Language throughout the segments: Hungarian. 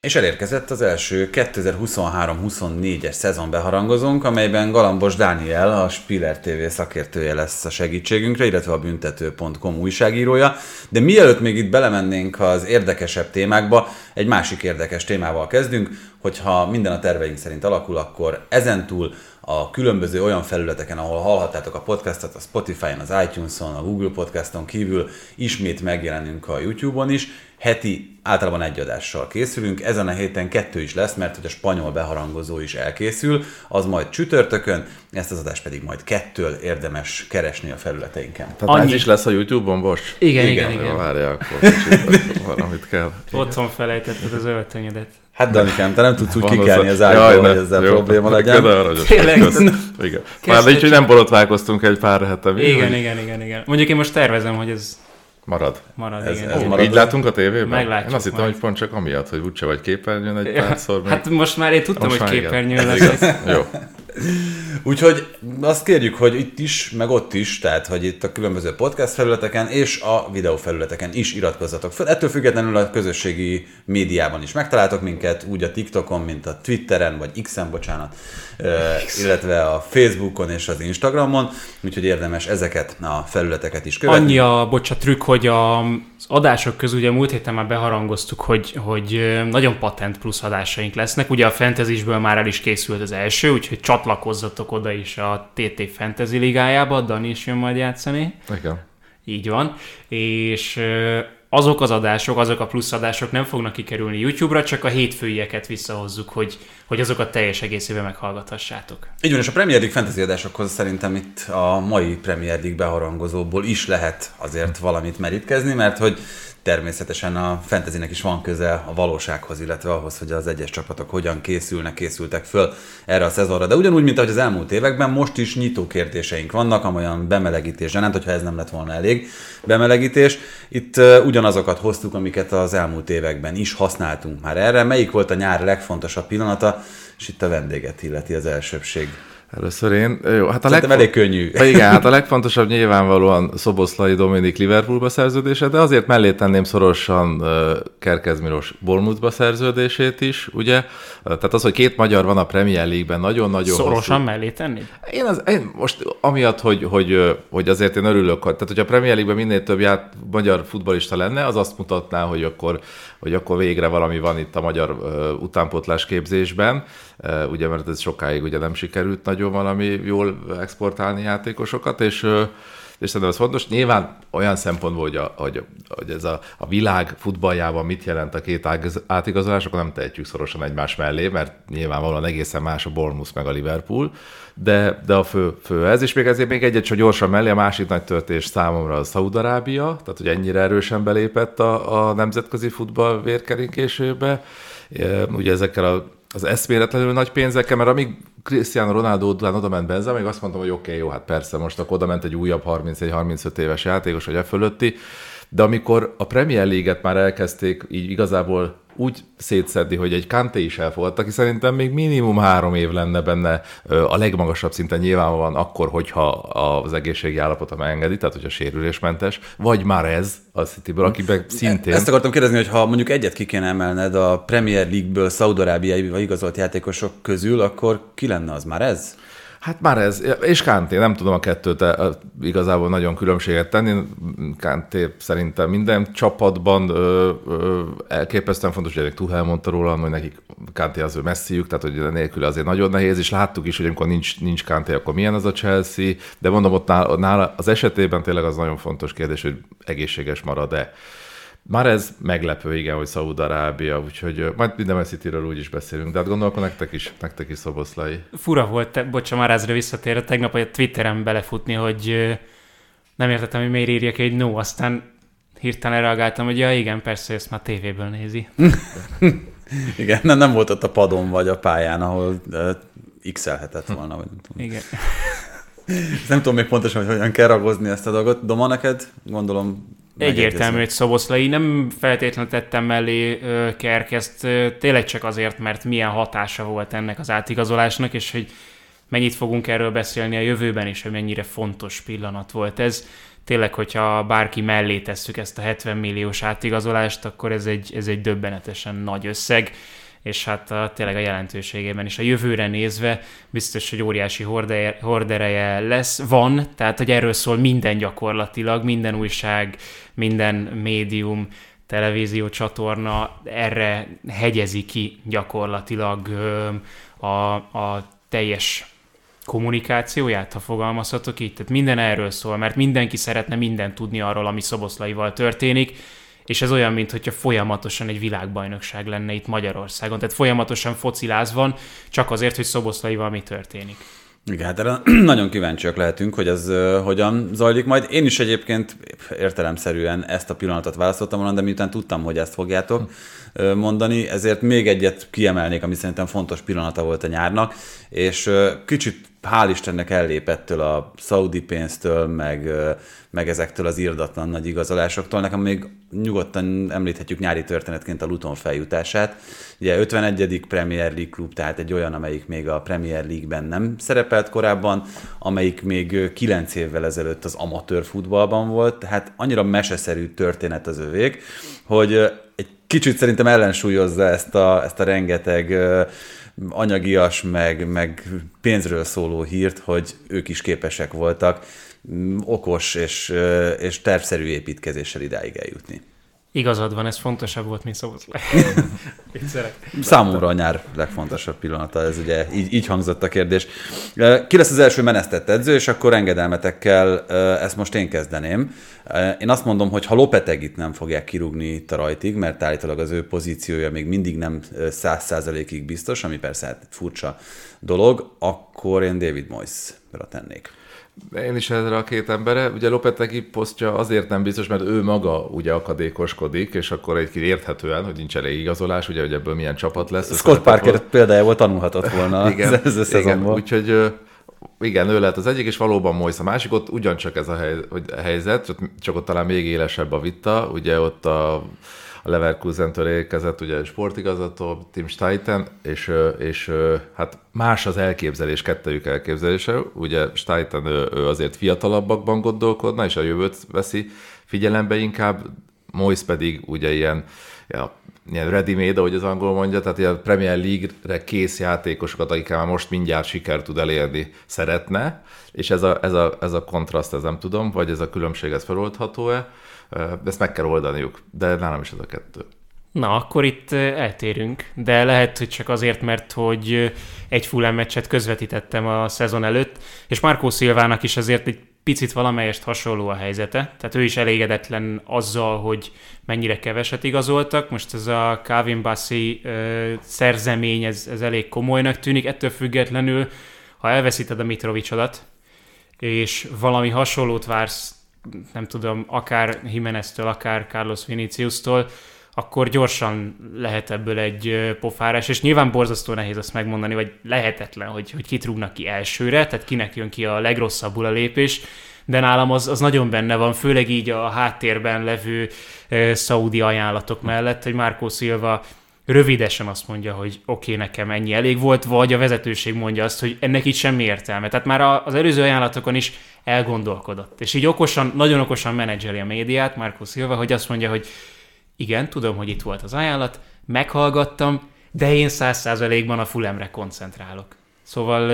És elérkezett az első 2023-24-es szezon beharangozónk, amelyben Galambos Dániel, a Spiller TV szakértője lesz a segítségünkre, illetve a büntető.com újságírója. De mielőtt még itt belemennénk az érdekesebb témákba, egy másik érdekes témával kezdünk, hogyha minden a terveink szerint alakul, akkor ezentúl a különböző olyan felületeken, ahol hallhattátok a podcastot, a Spotify-on, az iTunes-on, a Google Podcaston kívül ismét megjelenünk a YouTube-on is. Heti általában egy adással készülünk, ezen a héten 2 is lesz, mert hogy a spanyol beharangozó is elkészül, az majd csütörtökön, ezt az adást pedig majd 2-től érdemes keresni a felületeinken. Tehát ez is lesz a YouTube-on, Bocs? Igen. Várjál, akkor kicsit valamit kell. Otthon felejtetted az öltönyedet. Hát Danikám, te nem tudsz úgy kikelni az ágyból, hogy ezzel probléma legyen. Tényleg? Igen. Már így, hogy nem borotválkoztunk egy pár hete. Igen. Mondjuk én most tervezem, hogy ez marad. Igen. Így látunk a tévében? Meglátjuk. Én azt hittem, hogy pont csak amiatt, hogy úgyse vagy képernyőn egy párszor. Hát most már én tudtam, hogy képernyőn lesz. Jó. Úgyhogy azt kérjük, hogy itt is, meg ott is, tehát hogy itt a különböző podcast felületeken és a videó felületeken is iratkozzatok fel. Ettől függetlenül a közösségi médiában is megtaláltok minket, úgy a TikTokon, mint a Twitteren, vagy X-en, bocsánat, illetve a Facebookon és az Instagramon, úgyhogy érdemes ezeket a felületeket is követni. Annyi a trükk, hogy az adások közül ugye múlt héten már beharangoztuk, hogy nagyon patent plusz adásaink lesznek. Ugye a Fantasy-ből már el is készült az első, úgyhogy csatlakozzatok oda is a TT Fantasy ligájába, Dani is jön majd játszani. Igen. Így van. És azok az adások, azok a plusz adások nem fognak kikerülni YouTube-ra, csak a hétfőieket visszahozzuk, hogy azokat teljes egészében meghallgathassátok. Így van, és a Premier League Fantasy adásokhoz szerintem itt a mai Premier League beharangozóból is lehet azért valamit merítkezni, mert hogy természetesen a fantasynek is van köze a valósághoz, illetve ahhoz, hogy az egyes csapatok hogyan készültek föl erre a szezonra. De ugyanúgy, mint ahogy az elmúlt években, most is nyitó kérdéseink vannak, amolyan bemelegítés, nem, hogyha ez nem lett volna elég bemelegítés. Itt ugyanazokat hoztuk, amiket az elmúlt években is használtunk már erre. Melyik volt a nyár legfontosabb pillanata, és itt a vendéget illeti az elsőbség. Először én. Jó, hát elég könnyű. Igen, hát a legfontosabb nyilvánvalóan Szoboszlai Dominik Liverpoolba szerződése, de azért mellé tenném szorosan Kerkez Milos Bournemouthba szerződését is, ugye? Tehát az, hogy 2 magyar van a Premier League-ben, nagyon-nagyon szorosan hosszú. Mellé tenni? Én most amiatt, hogy azért én örülök, tehát hogy a Premier League-ben minél több magyar futballista lenne, az azt mutatná, hogy akkor végre valami van itt a magyar utánpótlás képzésben, ugye, mert ez sokáig ugye nem sikerült nagyon valami jól exportálni játékosokat, és szerintem ez fontos. Nyilván olyan szempontból, hogy ez a világ futballjában mit jelent a 2 átigazolás, akkor nem tehetjük szorosan egymás mellé, mert nyilvánvalóan egészen más a Bournemouth meg a Liverpool, de a fő ez, és még ezért még egyet csak gyorsan mellé, a másik nagy történés számomra a Szaúd-Arábia, tehát hogy ennyire erősen belépett a nemzetközi futball vérkeringésébe, ugye ezekkel az eszméletlenül nagy pénzekkel, mert amíg Cristiano Ronaldo után oda ment Benzema, még azt mondtam, hogy oké, jó, hát persze, most akkor oda ment egy újabb 31-35 éves játékos, vagy e fölötti, de amikor a Premier League-et már elkezdték így igazából úgy szétszedni, hogy egy Kanté is elfogadta, aki szerintem még minimum 3 év lenne benne a legmagasabb szinten nyilvánvalóan akkor, hogyha az egészségi állapota megengedi, tehát hogyha sérülésmentes, vagy már ez a Cityből, akiben szintén... Ezt akartam kérdezni, hogy ha mondjuk egyet ki kéne emelned a Premier League-ből Szaúd-Arábiaiba igazolt játékosok közül, akkor ki lenne az már ez? Hát már ez, és Kanté, nem tudom a kettőt igazából nagyon különbséget tenni. Kanté szerintem minden csapatban elképesztően fontos, hogy Tuchel mondta róla, hogy nekik Kanté az ő messziük, tehát hogy nélkül azért nagyon nehéz, és láttuk is, hogy amikor nincs Kanté, akkor milyen az a Chelsea, de mondom, ott nála az esetében tényleg az nagyon fontos kérdés, hogy egészséges marad-e. Már ez meglepő, igen, hogy Szaúd-Arábia, úgyhogy majd minden Cityről úgy is beszélünk, de hát gondolom, nektek is Szoboszlai. Fura volt, már ezre visszatérve, tegnap a Twitteren belefutni, hogy nem értettem, hogy miért írjak egy no, aztán hirtelen reagáltam, hogy ja igen, persze, ezt már tévéből nézi. Igen, nem volt ott a padon vagy a pályán, ahol x-elhetett volna. Vagy nem tudom. Igen. Nem tudom még pontosan, hogy hogyan kell ragozni ezt a dolgot. Doma, neked gondolom... Egyértelmű, hogy Szoboszlai. Nem feltétlenül tettem mellé Kerkezt, tényleg csak azért, mert milyen hatása volt ennek az átigazolásnak, és hogy mennyit fogunk erről beszélni a jövőben, és hogy mennyire fontos pillanat volt ez. tényleg, hogyha bárki mellé tesszük ezt a 70 milliós átigazolást, akkor ez egy döbbenetesen nagy összeg, és hát tényleg a jelentőségében is. A jövőre nézve biztos, hogy óriási hordereje van, tehát hogy erről szól minden gyakorlatilag, minden újság, minden médium, televízió csatorna erre hegyezi ki gyakorlatilag a teljes kommunikációját, ha fogalmazhatok így. Tehát minden erről szól, mert mindenki szeretne mindent tudni arról, ami Szoboszlaival történik, és ez olyan, mintha folyamatosan egy világbajnokság lenne itt Magyarországon. Tehát folyamatosan fociláz van, csak azért, hogy Szoboszlaival mi történik. Igen, hát erre nagyon kíváncsiak lehetünk, hogy ez hogyan zajlik majd. Én is egyébként értelemszerűen ezt a pillanatot választottam volna, de miután tudtam, hogy ezt fogjátok mondani, ezért még egyet kiemelnék, ami szerintem fontos pillanata volt a nyárnak, és kicsit hál' Istennek ellépett a szaudi pénztől, meg ezektől az irdatlan nagy igazolásoktól. Nekem még nyugodtan említhetjük nyári történetként a Luton feljutását. Ugye 51. Premier League klub, tehát egy olyan, amelyik még a Premier League-ben nem szerepelt korábban, amelyik még 9 évvel ezelőtt az amatőr futballban volt, tehát annyira meseszerű történet az övék, hogy egy kicsit szerintem ellensúlyozza ezt a rengeteg anyagias, meg pénzről szóló hírt, hogy ők is képesek voltak okos és tervszerű építkezéssel idáig eljutni. Igazad van, ez fontosabb volt, mint Szoboszlai. Számomra a nyár legfontosabb pillanata, ez ugye így hangzott a kérdés. Ki lesz az első menesztett edző, és akkor engedelmetekkel ezt most én kezdeném. Én azt mondom, hogy ha Lopetegit nem fogják kirúgni itt a rajtig, mert állítólag az ő pozíciója még mindig nem 100%-ig biztos, ami persze hát furcsa dolog, akkor én David Moyes-ra tennék. Én is erre a két emberre. Ugye Lopetegi posztja azért nem biztos, mert ő maga ugye akadékoskodik, és akkor egy érthetően, hogy nincs elég igazolás, ugye, hogy ebből milyen csapat lesz. Scott Parker példájából tanulhatott volna igen, ez a szezonból. Úgyhogy igen, ő lehet az egyik, és valóban Moyes a másik. Ott ugyancsak ez a helyzet, csak ott talán még élesebb a vita. Ugye ott a Leverkusentől érkezett ugye sportigazgató Tim Steiten, és hát más az elképzelés, kettőjük elképzelése. Ugye Steiten ő azért fiatalabbakban gondolkodna, és a jövőt veszi figyelembe inkább, Moyes pedig ugye ilyen ready-made, ahogy az angol mondja, tehát ilyen Premier League-re kész játékosokat, akikkel már most mindjárt sikert tud elérni, szeretne, és ez a kontraszt, ez nem tudom, vagy ez a különbség, ez feloldható-e, de ezt meg kell oldaniuk, de nálam is ez a kettő. Na, akkor itt eltérünk, de lehet, hogy csak azért, mert hogy egy Fulham meccset közvetítettem a szezon előtt, és Marco Silvának is azért egy picit valamelyest hasonló a helyzete, tehát ő is elégedetlen azzal, hogy mennyire keveset igazoltak. Most ez a Calvin Bassey szerzemény, ez elég komolynak tűnik, ettől függetlenül, ha elveszíted a Mitrovicsodat, és valami hasonlót vársz, nem tudom, akár Jimeneztől, akár Carlos Viniciustól, akkor gyorsan lehet ebből egy pofárás, és nyilván borzasztó nehéz azt megmondani, vagy lehetetlen, hogy kit rúgnak ki elsőre, tehát kinek jön ki a legrosszabbul a lépés, de nálam az nagyon benne van, főleg így a háttérben levő szaudi ajánlatok mellett, hogy Marco Silva rövidesen azt mondja, hogy oké, nekem ennyi elég volt, vagy a vezetőség mondja azt, hogy ennek itt semmi értelme. Tehát már az előző ajánlatokon is elgondolkodott. És így nagyon okosan menedzseli a médiát Marco Silva, hogy azt mondja, hogy igen, tudom, hogy itt volt az ajánlat, meghallgattam, de én 100%-ban a Fulhamre koncentrálok. Szóval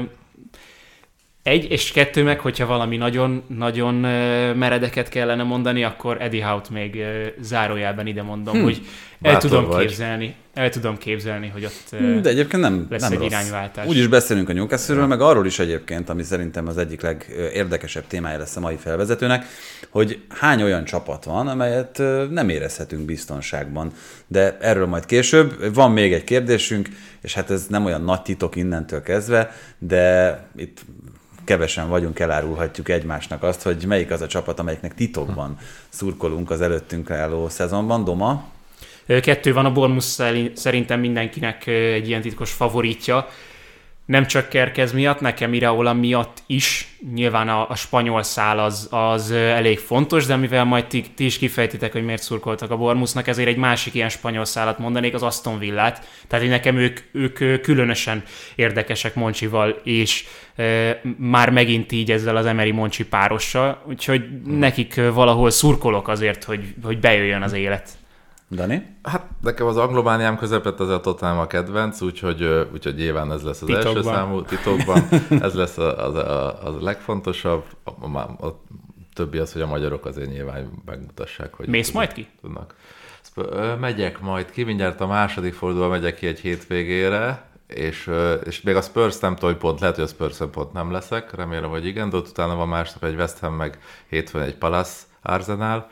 1 és 2 meg, hogyha valami nagyon meredeket kellene mondani, akkor Eddie Howe-t még zárójelben ide mondom, hogy el tudom képzelni, hogy ott de egyébként nem lesz egy rossz irányváltás. Úgyis beszélünk a Newcastle-ről, meg arról is egyébként, ami szerintem az egyik legérdekesebb témája lesz a mai felvezetőnek, hogy hány olyan csapat van, amelyet nem érezhetünk biztonságban. De erről majd később. Van még egy kérdésünk, és hát ez nem olyan nagy titok innentől kezdve, de itt kevesen vagyunk, elárulhatjuk egymásnak azt, hogy melyik az a csapat, amelyiknek titokban szurkolunk az előttünk álló szezonban. Doma? 2 van, a Bournemouth szerintem mindenkinek egy ilyen titkos favoritja. nem csak Kerkez miatt, nekem Iraola miatt is. Nyilván a spanyol szál az elég fontos, de mivel majd ti is kifejtitek, hogy miért szurkoltak a Bournemouthnak, ezért egy másik ilyen spanyol szálat mondanék, az Aston Villát. Tehát nekem ők különösen érdekesek Moncsival, és már megint így ezzel az Emery-Moncsi párossal, úgyhogy nekik valahol szurkolok azért, hogy bejöjjön az élet. Dani? Hát nekem az anglomániám közepett az a Tottenham a kedvenc, úgyhogy nyilván ez lesz az első számú titokban. Ez lesz a legfontosabb. A többi az, hogy a magyarok azért nyilván megmutassák, hogy... Mész majd ki? Tudnak. Megyek majd ki, mindjárt a második fordulóban megyek ki egy hétvégére, és még a Spurs nem tudom, hogy pont lehet, hogy a Spurs-en pont nem leszek, remélem, hogy igen, de ott utána van másnap egy West Ham, meg hétfőn egy Palace Arsenal.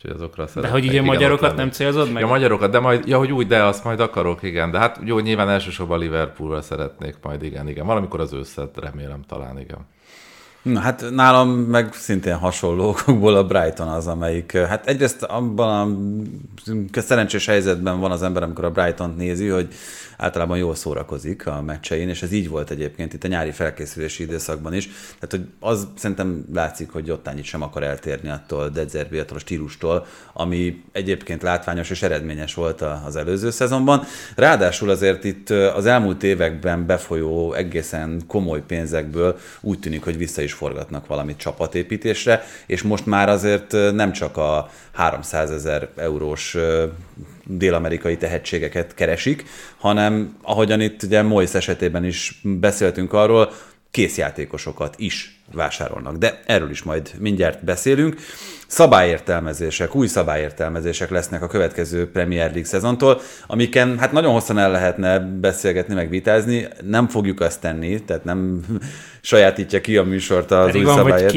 De hogy így a magyarokat nem célzod meg? A magyarokat, de majd, hogy úgy, de azt majd akarok, igen. De hát jó, nyilván elsősorban Liverpoolra szeretnék majd, igen. Valamikor az ősszel remélem talán, igen. Na, hát nálam meg szintén hasonló okokból a Brighton az, amelyik, hát egyrészt abban a szerencsés helyzetben van az ember, amikor a Brightont nézi, hogy általában jól szórakozik a meccsein, és ez így volt egyébként itt a nyári felkészülési időszakban is. Tehát, hogy az szerintem látszik, hogy ottányit sem akar eltérni attól De Zerbi, attól a stílustól, ami egyébként látványos és eredményes volt az előző szezonban. Ráadásul azért itt az elmúlt években befolyó egészen komoly pénzekből úgy tűnik, hogy vissza is forgatnak valamit csapatépítésre, és most már azért nem csak a 300 000 eurós dél-amerikai tehetségeket keresik, hanem ahogyan itt ugye Moyes esetében is beszéltünk arról, készjátékosokat is vásárolnak. De erről is majd mindjárt beszélünk. Szabályértelmezések, új szabályértelmezések lesznek a következő Premier League szezontól, amiken hát nagyon hosszan el lehetne beszélgetni, meg vitázni. Nem fogjuk azt tenni, tehát nem sajátítja ki a műsort az új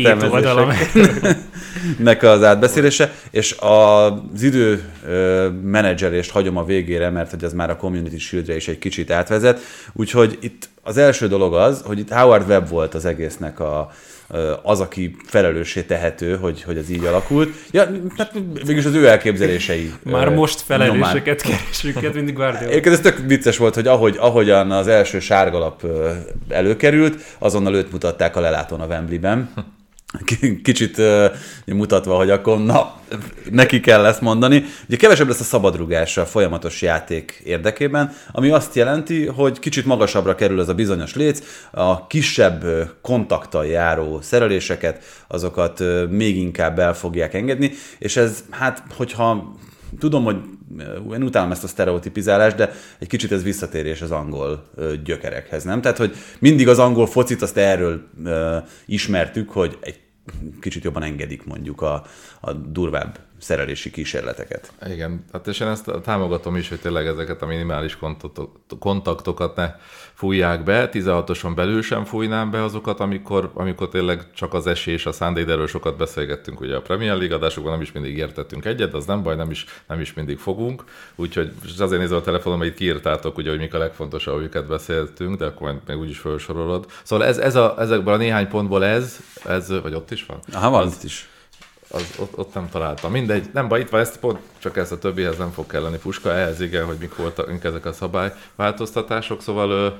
szabályértelmezéseknek az átbeszélése, és az idő menedzselést hagyom a végére, mert hogy az már a Community Shieldre is egy kicsit átvezet. Úgyhogy itt az első dolog az, hogy itt Howard Webb volt az egésznek az, aki felelőssé tehető, hogy ez így alakult. Ja, hát végülis az ő elképzelései. Már most felelőseket keresünk, mindig Guardiola. Ez tök vicces volt, hogy ahogyan az első sárgalap előkerült, azonnal őt mutatták a lelátón a Wembleyben. Kicsit mutatva, hogy akkor neki kell ezt mondani. Ugye kevesebb lesz a szabadrugás a folyamatos játék érdekében, ami azt jelenti, hogy kicsit magasabbra kerül ez a bizonyos léc, a kisebb kontakttal járó szereléseket, azokat még inkább el fogják engedni, és ez, hát, hogyha tudom, hogy én utálom ezt a sztereotipizálást, de egy kicsit ez visszatérés az angol gyökerekhez, nem? Tehát, hogy mindig az angol focit azt erről ismertük, hogy egy kicsit jobban engedik mondjuk a durvább szerelési kísérleteket. Igen, hát és én ezt támogatom is, hogy tényleg ezeket a minimális kontaktokat ne fújják be. 16-oson belül sem fújnám be azokat, amikor tényleg csak az esés, a szándék, erről sokat beszélgettünk ugye a Premier League adásokban, nem is mindig értettünk egyet, az nem baj, nem is mindig fogunk. Úgyhogy azért nézve a telefonon, hogy itt kiírtátok, ugye, hogy mik a legfontosabb, amiket beszéltünk, de akkor még úgyis felsorolod. Szóval ezekből a néhány pontból ez, vagy ott is van? Aha, van itt is. Ott nem találtam. Mindegy, nem baj, itt van, csak ezt a többihez nem fog kelleni puska, ehhez igen, hogy mik voltak ezek a szabályváltoztatások, szóval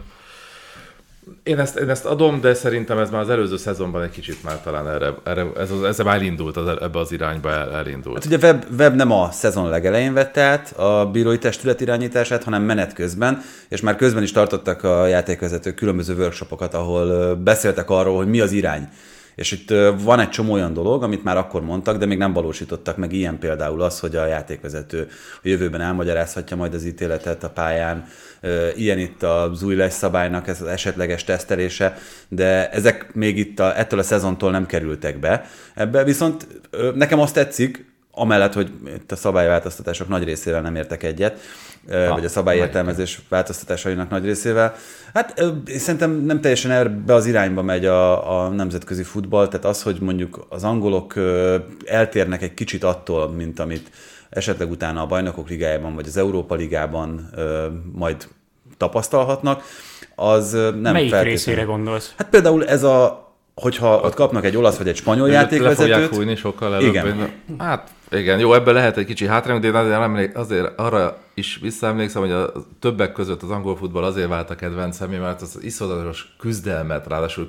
én ezt adom, de szerintem ez már az előző szezonban egy kicsit már talán ez már elindult, ebbe az irányba elindult. Hát ugye Webb nem a szezon legelején vette át a bírói testület irányítását, hanem menet közben, és már közben is tartottak a játékvezetők különböző workshopokat, ahol beszéltek arról, hogy mi az irány. És itt van egy csomó olyan dolog, amit már akkor mondtak, de még nem valósítottak meg, ilyen például az, hogy a játékvezető a jövőben elmagyarázhatja majd az ítéletet a pályán, ilyen itt az új szabálynak ez az esetleges tesztelése, de ezek még itt ettől a szezontól nem kerültek be. Ebbe viszont nekem azt tetszik, amellett, hogy itt a szabályváltoztatások nagy részével nem értek egyet, vagy a szabályértelmezés változtatásainak nagy részével. Hát szerintem nem teljesen ebbe az irányba megy a nemzetközi futball, tehát az, hogy mondjuk az angolok eltérnek egy kicsit attól, mint amit esetleg utána a Bajnokok Ligájában, vagy az Európa Ligában majd tapasztalhatnak, az nem Melyik részére gondolsz? Hát például ez hogyha ott kapnak egy olasz vagy egy spanyol játékvezetőt. Le fogják fújni sokkal előbb. Igen. Hát igen, jó, ebben lehet egy kicsi hátrányunk, de azért arra is visszaemlékszem, hogy a többek között az angol futball azért vált a kedvencem, mert az iszodatos küzdelmet, ráadásul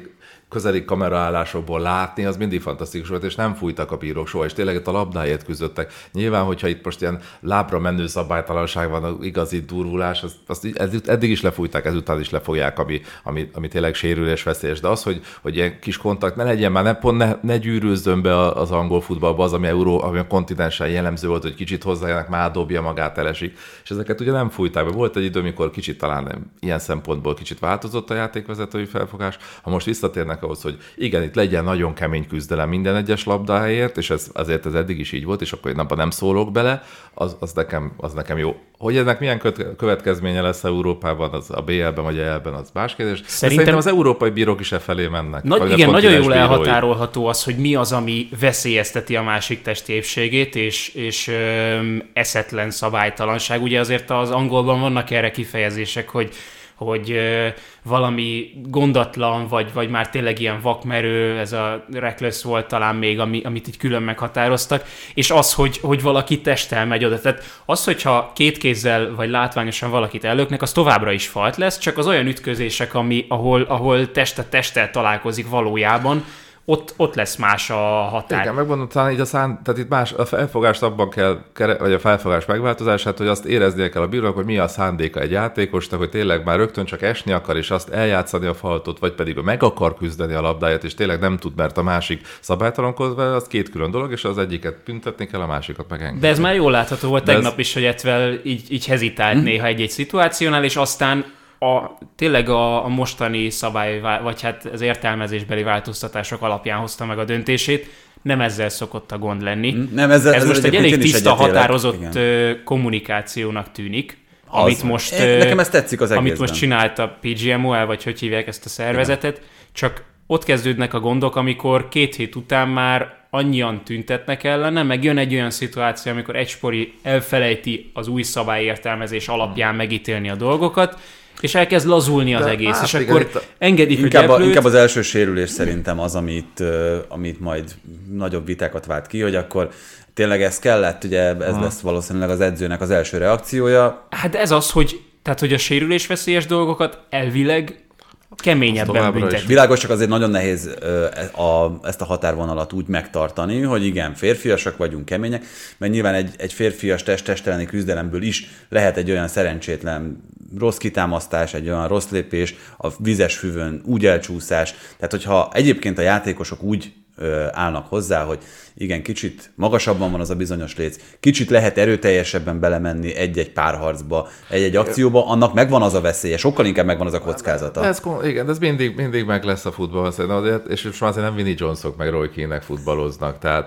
közeli kameraállásokból látni, az mindig fantasztikus volt, és nem fújtak a bírók soha, és tényleg itt a labdáért küzdöttek. Nyilván, hogyha itt most ilyen lábra menő szabálytalanság van, igazi durvulás, azt eddig is lefújták, ezután is lefogják, ami tényleg sérülés veszélyes. De az, hogy ilyen kis kontakt ne legyen, már ne gyűrűzzön be az angol futballba az, ami a kontinensen jellemző volt, hogy kicsit hozzájának, már dobja magát, elesik. És ezeket ugye nem fújták be. Volt egy idő, amikor kicsit talán ilyen szempontból kicsit változott a játékvezetői felfogás. Ha most visszatérnek ahhoz, hogy igen, itt legyen nagyon kemény küzdelem minden egyes labdáért, és azért ez eddig is így volt, és akkor én abban nem szólok bele, az nekem jó. Hogy ennek milyen következménye lesz Európában, az a BL-ben vagy EL-ben, az más kérdés. Szerintem az európai bírók is felé mennek. Igen, nagyon jól elhatárolható az, hogy mi az, ami veszélyezteti a másik testi épségét, és eszetlen szabálytalanság. Ugye azért az angolban vannak erre kifejezések, hogy valami gondatlan, vagy már tényleg ilyen vakmerő, ez a reckless volt talán még, amit így külön meghatároztak, és az, hogy valaki testtel megy oda. Tehát az, hogyha két kézzel vagy látványosan valakit ellöknek, az továbbra is falt lesz, csak az olyan ütközések, ahol testtel találkozik valójában, ott lesz más a határ. Igen, megmondom, talán így tehát itt más, a felfogást abban kell, vagy a felfogás megváltozását, hogy azt éreznie kell a bírónak, hogy mi a szándéka egy játékosnak, hogy tényleg már rögtön csak esni akar, és azt eljátszani a faltot, vagy pedig meg akar küzdeni a labdáját, és tényleg nem tud, mert a másik szabálytalankodva, az két külön dolog, és az egyiket büntetni kell, a másikat megengedni. De ez már jól látható volt tegnap is, hogy Etvel így hezitált néha egy-egy szituációnál, és aztán tényleg a mostani szabály, vagy hát az értelmezésbeli változtatások alapján hozta meg a döntését, nem ezzel szokott a gond lenni. Nem, ez most egy elég tiszta, határozott kommunikációnak tűnik, nekem ez tetszik az egészben. Amit most csinált a PGMOL, vagy hogy hívják ezt a szervezetet, csak ott kezdődnek a gondok, amikor 2 hét után már annyian tüntetnek ellene, meg jön egy olyan szituáció, amikor egy spori elfelejti az új szabályértelmezés alapján megítélni a dolgokat, és elkezd lazulni az egész, és igen, akkor engedik, hogy inkább az első sérülés szerintem az, amit majd nagyobb vitákat vált ki, hogy akkor tényleg ez kellett, ugye ez lesz valószínűleg az edzőnek az első reakciója. Hát ez az, hogy a sérülésveszélyes dolgokat elvileg keményebben büntetni. Világos, csak azért nagyon nehéz ezt a határvonalat úgy megtartani, hogy igen, férfiasak vagyunk, kemények, mert nyilván egy férfias testeleni küzdelemből is lehet egy olyan szerencsétlen rossz kitámasztás, egy olyan rossz lépés, a vizes füvön úgy elcsúszás. Tehát, hogyha egyébként a játékosok úgy állnak hozzá, hogy igen, kicsit magasabban van az a bizonyos léc, kicsit lehet erőteljesebben belemenni egy-egy párharcba, egy-egy akcióba, annak megvan az a veszélye, sokkal inkább megvan az a kockázata. Igen, ez mindig meg lesz a futballban, és most már azért nem Vinnie Jonesok meg Roy Keane-nek futballoznak, tehát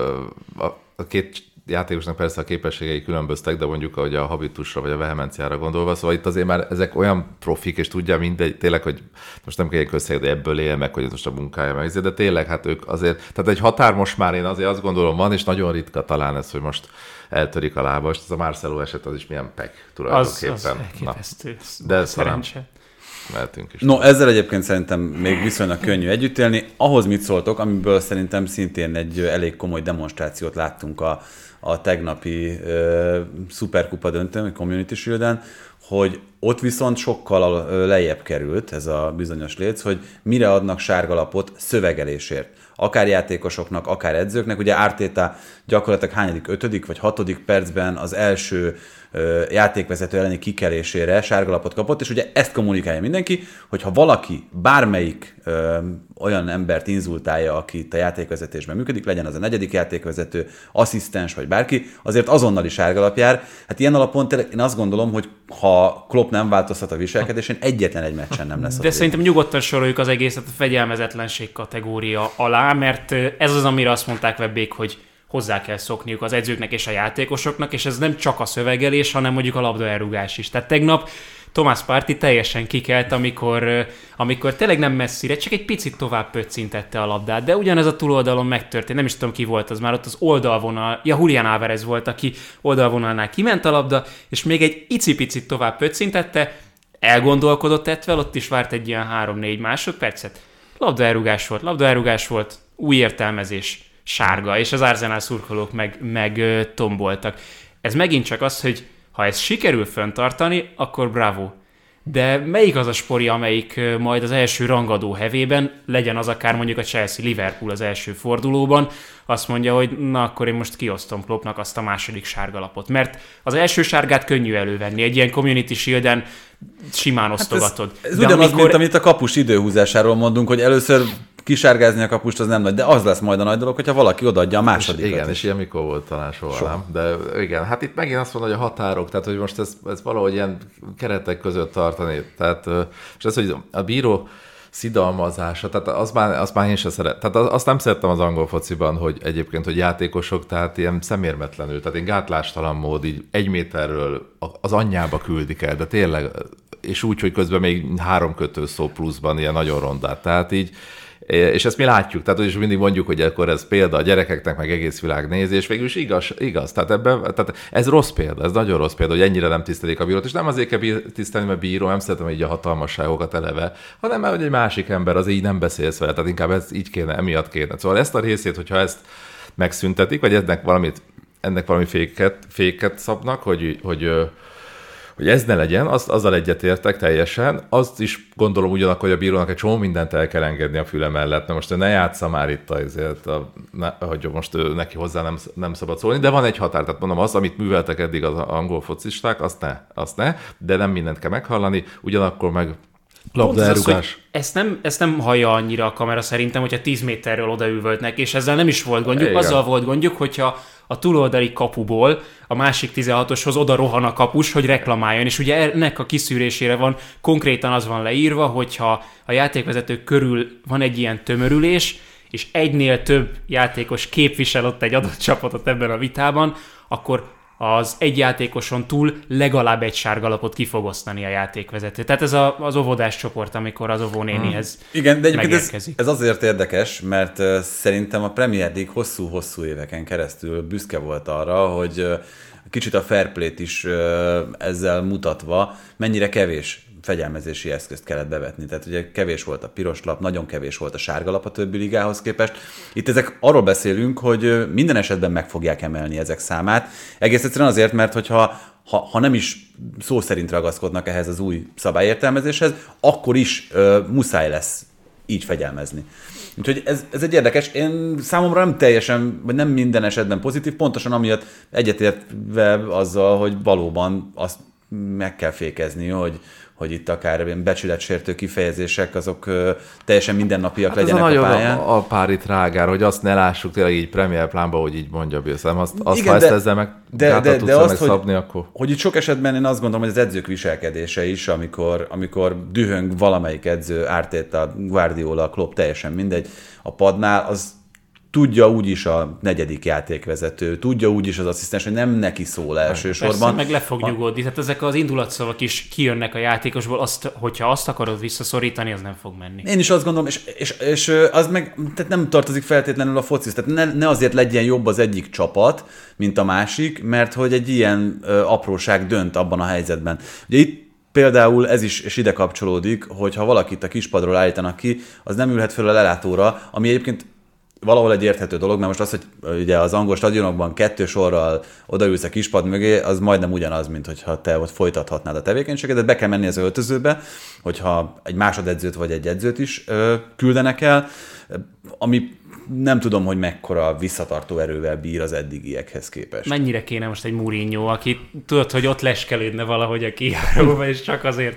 a két játékosnak persze a képességei különböztek, de mondjuk hogy a habitusra vagy a vehemenciára gondolva, szóval itt azért már ezek olyan profik, és tudja mindegy, tényleg, hogy most nem kell egy közszeg, de ebből él meg, hogy ez most a munkája meg, de tényleg, hát ők azért, tehát egy határ most már én azért azt gondolom van, és nagyon ritka talán ez, hogy most eltörik a lába, és ez a Marcelo eset az is milyen pek tulajdonképpen. Az elképesztő. De ez szerencse. Mehetünk is. No, ezzel egyébként szerintem még viszonylag könnyű együtt élni. Ahhoz mit szóltok, amiből szerintem szintén egy elég komoly demonstrációt láttunk a tegnapi Superkupa döntőn, Community Shield-en, hogy ott viszont sokkal lejjebb került ez a bizonyos léc, hogy mire adnak sárgalapot szövegelésért. Akár játékosoknak, akár edzőknek. Ugye Arteta gyakorlatilag hányadik, 5. vagy 6. percben az első játékvezető elleni kikerésére sárgalapot kapott, és ugye ezt kommunikálja mindenki, hogy ha valaki bármelyik olyan embert inzultálja, aki itt a játékvezetésben működik, legyen az a 4. játékvezető, asszisztens vagy bárki, azért azonnali sárgalap jár. Hát ilyen alapon én azt gondolom, hogy ha Klopp nem változtat a viselkedésén, egyetlen egy meccsen nem lesz. De szerintem nyugodtan soroljuk az egészet a fegyelmezetlenség kategória alá, mert ez az, amire azt mondták Webbék, hogy hozzá kell szokniuk az edzőknek és a játékosoknak, és ez nem csak a szövegelés, hanem mondjuk a labdaelrúgás is. Tehát tegnap Thomas Partey teljesen kikelt, amikor tényleg nem messzire, csak egy picit tovább pöccintette a labdát, de ugyanez a túloldalon megtörtént, nem is tudom ki volt az már, ott az oldalvonal, Julián Álvarez volt, aki oldalvonalnál kiment a labda, és még egy icipicit tovább pöccintette, elgondolkodott Etvel, ott is várt egy ilyen 3-4 másodpercet. Labdaelrúgás volt, új értelmezés, sárga, és az Arsenal szurkolók meg tomboltak. Ez megint csak az, hogy Ha ezt sikerül fenntartani, akkor bravo. De melyik az a spori, amelyik majd az első rangadó hevében, legyen az akár mondjuk a Chelsea-Liverpool az első fordulóban, azt mondja, hogy na akkor én most kiosztom Kloppnak azt a második sárgalapot. Mert az első sárgát könnyű elővenni, egy ilyen Community Shield-en simán osztogatod. Ez ugyanaz, mint amit a kapus időhúzásáról mondunk, hogy először kisárgázni a kapust az nem nagy, de az lesz majd a nagy dolog, hogyha valaki odaadja a másodikat. Igen, és ilyen mikor volt talán soha. Nem? De igen, hát itt megint azt mondom, hogy a határok, tehát hogy most ez valahogy ilyen keretek között tartani. Tehát, és ez, hogy a bíró szidalmazása, tehát azt már én sem szeretem. Tehát azt nem szerettem az angol fociban, hogy egyébként, hogy játékosok, tehát ilyen szemérmetlenül, tehát én gátlástalan mód így 1 méterről az anyjába küldik el, de tényleg, és úgy, hogy közben még 3 kötőszó pluszban ilyen nagyon rondát. Tehát így, és ezt mi látjuk, tehát is mindig mondjuk, hogy akkor ez példa a gyerekeknek, meg egész világ nézi, és végül is igaz. Tehát ez rossz példa, ez nagyon rossz példa, hogy ennyire nem tisztelik a bírót, és nem azért kell tisztelni, mert bíró, nem szeretem így a hatalmasságokat eleve, hanem mert hogy egy másik ember, az így nem beszélsz vele, tehát inkább ez így kéne, emiatt kéne. Szóval ezt a részét, hogyha ezt megszüntetik, vagy ennek valami féket szabnak, hogy ez ne legyen, azzal egyetértek teljesen. Azt is gondolom ugyanakkor, hogy a bírónak egy csomó mindent el kell engedni a füle mellett. Na most ne játsza már itt hogy most neki hozzá nem szabad szólni, de van egy határ. Tehát mondom, az, amit műveltek eddig az angol focisták, azt ne, de nem mindent kell meghallani, ugyanakkor meg labdaelrugás. Ezt nem hallja annyira a kamera szerintem, hogyha 10 méterről odaüvöltnek, és ezzel nem is volt gondjuk. Igen. Azzal volt gondjuk, hogyha a túloldali kapuból a másik 16-oshoz oda rohan a kapus, hogy reklamáljon, és ugye ennek a kiszűrésére van, konkrétan az van leírva, hogyha a játékvezetők körül van egy ilyen tömörülés, és egynél több játékos képvisel ott egy adott csapatot ebben a vitában, akkor az egy játékoson túl legalább egy sárgalapot ki fog osztani a játékvezető. Tehát ez az óvodás csoport, amikor az óvónénihez igen, de egyébként megérkezik. ez azért érdekes, mert szerintem a Premier League hosszú-hosszú éveken keresztül büszke volt arra, hogy kicsit a fair play-t is ezzel mutatva, mennyire kevés fegyelmezési eszközt kellett bevetni. Tehát ugye kevés volt a piros lap, nagyon kevés volt a sárgalap a többi ligához képest. Itt arról beszélünk, hogy minden esetben meg fogják emelni ezek számát. Egész egyszerűen azért, mert hogyha nem is szó szerint ragaszkodnak ehhez az új szabályértelmezéshez, akkor is muszáj lesz így fegyelmezni. Úgyhogy ez egy érdekes, én számomra nem teljesen, vagy nem minden esetben pozitív, pontosan amiatt egyetértve azzal, hogy valóban azt meg kell fékezni, hogy itt akár becsületsértő kifejezések, azok teljesen mindennapiak legyenek a pályán. Ez nagyon a pári trágár, hogy azt ne lássuk tényleg így Premier Plánban, hogy így mondja Bélszem. Igen, ha ezt ezzel meg tudsz megszabni, akkor... Hogy itt sok esetben én azt gondolom, hogy az edzők viselkedése is, amikor dühöng valamelyik edző, Arteta, Guardiola, Klopp, teljesen mindegy, a padnál, az tudja úgyis a 4. játékvezető, tudja úgyis az asszisztens, hogy nem neki szól elsősorban. Persze, meg le fog nyugodni. Tehát ezek az indulatszavak is kijönnek a játékosból, hogyha azt akarod visszaszorítani, az nem fog menni. Én is azt gondolom, és az meg tehát nem tartozik feltétlenül a focihoz. Tehát ne azért legyen jobb az egyik csapat, mint a másik, mert hogy egy ilyen apróság dönt abban a helyzetben. Ugye itt például ez is és ide kapcsolódik, hogy ha valakit a kispadról állítanak ki, az nem ülhet föl a lelátóra, ami egyébként valahol egy érthető dolog, mert most az, hogy ugye az angol stadionokban 2 sorral odaülsz a kispad mögé, az majdnem ugyanaz, mint hogyha te ott folytathatnád a tevékenységet, de be kell menni az öltözőbe, hogyha egy másodedzőt vagy egy edzőt is küldenek el, ami nem tudom, hogy mekkora visszatartó erővel bír az eddigiekhez képest. Mennyire kéne most egy Mourinho, aki tudod, hogy ott leskelődne valahogy a kijáróba, és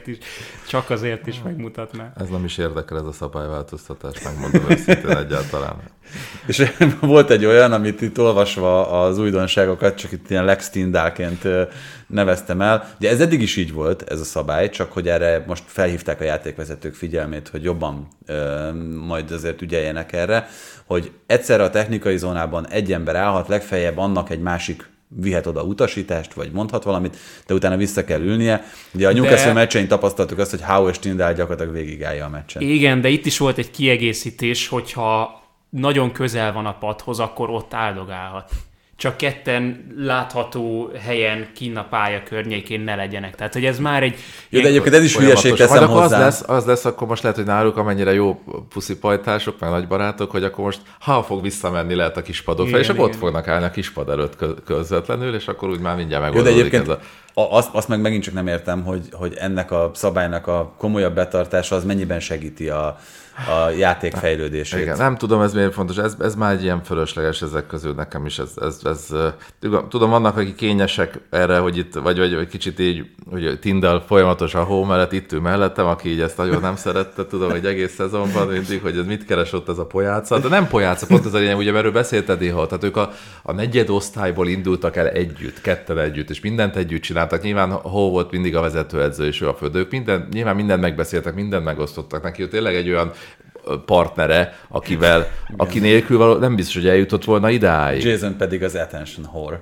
csak azért is megmutatná. Ez nem is érdekel, ez a szabályváltoztatás, megmondom őszintén egyáltalán. És volt egy olyan, amit itt olvasva az újdonságokat, csak itt ilyen Lex Tindálként neveztem el. Ugye ez eddig is így volt, ez a szabály, csak hogy erre most felhívták a játékvezetők figyelmét, hogy jobban majd azért ügyeljenek erre, hogy egyszerre a technikai zónában egy ember állhat, legfeljebb annak egy másik vihet oda utasítást, vagy mondhat valamit, de utána vissza kell ülnie. Ugye a Newcastle meccsein tapasztaltuk azt, hogy Howe és Tindall gyakorlatilag végigállja a meccsen. Igen, de itt is volt egy kiegészítés, hogyha nagyon közel van a padhoz, akkor ott áldogálhat. csak ketten látható helyen kinn a pálya környékén ne legyenek. Tehát, hogy ez már egy... Jó, de egyébként ez is hülyeség, teszem hozzá. Az lesz, akkor most lehet, hogy náluk amennyire jó puszipajtások, meg nagy barátok, hogy akkor most fog visszamenni lehet a kispadok fel, és akkor ott fognak állni a kispad előtt közvetlenül, és akkor úgy már mindjárt megoldódik ez a... Azt meg megint csak nem értem, hogy ennek a szabálynak a komolyabb betartása az mennyiben segíti a játék fejlődését. Igen, nem tudom, ez miért fontos. Ez már egy ilyen fölösleges ezek közül nekem is. Tudom, vannak, akik kényesek erre, hogy itt, vagy kicsit így, hogy Tindall folyamatosan hó mellett, itt ül mellettem, aki így ezt nagyon nem szerette, tudom, hogy egész szezonban mindig, hogy ez mit keres ott ez a pojáca. De nem pojáca, pont ez a lényeg, ugye erről beszélted néha, tehát ők a negyed osztályból indultak el együtt, ketten együtt, és mindent együtt csináltak. Nyilván Hó volt mindig a vezetőedző, és ő a fődők. Nyilván mindent megbeszéltek, mindent megosztottak neki. Ő tényleg egy olyan partnere, aki nélkül nem biztos, hogy eljutott volna idáig. Jason pedig az attention whore.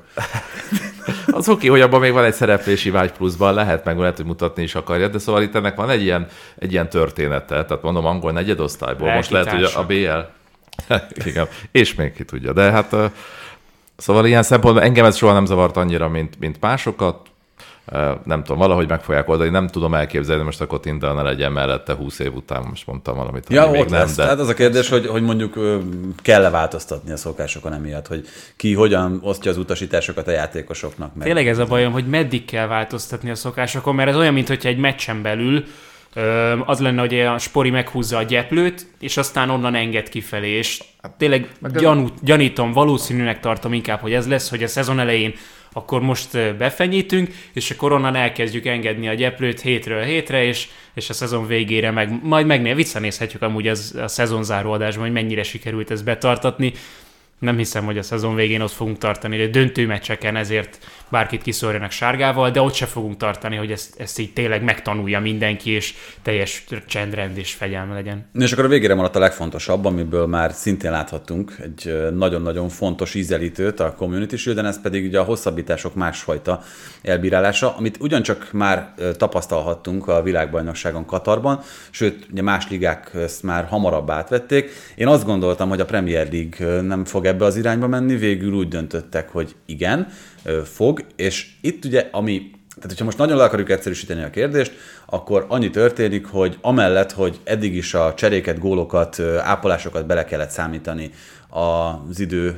Az oké, hogy abban még van egy szereplési vágy pluszban, lehet, hogy mutatni is akarja, de szóval itt ennek van egy ilyen története, tehát mondom, angol negyedosztályból, most lehet, hogy a BL... Igen, és még ki tudja, de hát szóval ilyen szempontból engem ez soha nem zavart annyira, mint másokat. Nem tudom, valahogy meg fogják oldani, nem tudom elképzelni, most akkor Tindall ne legyen mellette 20 év után, most mondtam valamit. Ja, még nem, de... Hát az a kérdés, hogy mondjuk kell-e változtatni a szokásokon emiatt, hogy ki hogyan osztja az utasításokat a játékosoknak. Meg. Tényleg ez a bajom, hogy meddig kell változtatni a szokásokon, mert ez olyan, mintha egy meccsen belül az lenne, hogy a Spori meghúzza a gyeplőt, és aztán onnan enged kifelé, és tényleg gyanítom, valószínűnek tartom inkább, hogy ez lesz, hogy a szezon elején akkor most befenyítünk, és akkor onnan elkezdjük engedni a gyeplőt hétről hétre, és a szezon végére majd visszanézhetjük amúgy a szezonzáró adásban, hogy mennyire sikerült ezt betartatni. Nem hiszem, hogy a szezon végén ott fogunk tartani, de döntő meccseken ezért bárkit kiszórjanak sárgával, de ott se fogunk tartani, hogy ezt így tényleg megtanulja mindenki, és teljes csendrend és fegyelme legyen. És akkor a végére maradt a legfontosabb, amiből már szintén láthattunk egy nagyon-nagyon fontos ízelítőt a Community Shield-en, ez pedig ugye a hosszabbítások másfajta elbírálása, amit ugyancsak már tapasztalhattunk a világbajnokságon Katarban, sőt, ugye más ligák ezt már hamarabb átvették. Én azt gondoltam, hogy a Premier League nem fog ebbe az irányba menni, végül úgy döntöttek, hogy igen, fog, és itt ugye, tehát hogyha most nagyon le akarjuk egyszerűsíteni a kérdést, akkor annyi történik, hogy amellett, hogy eddig is a cseréket, gólokat, ápolásokat bele kellett számítani az idő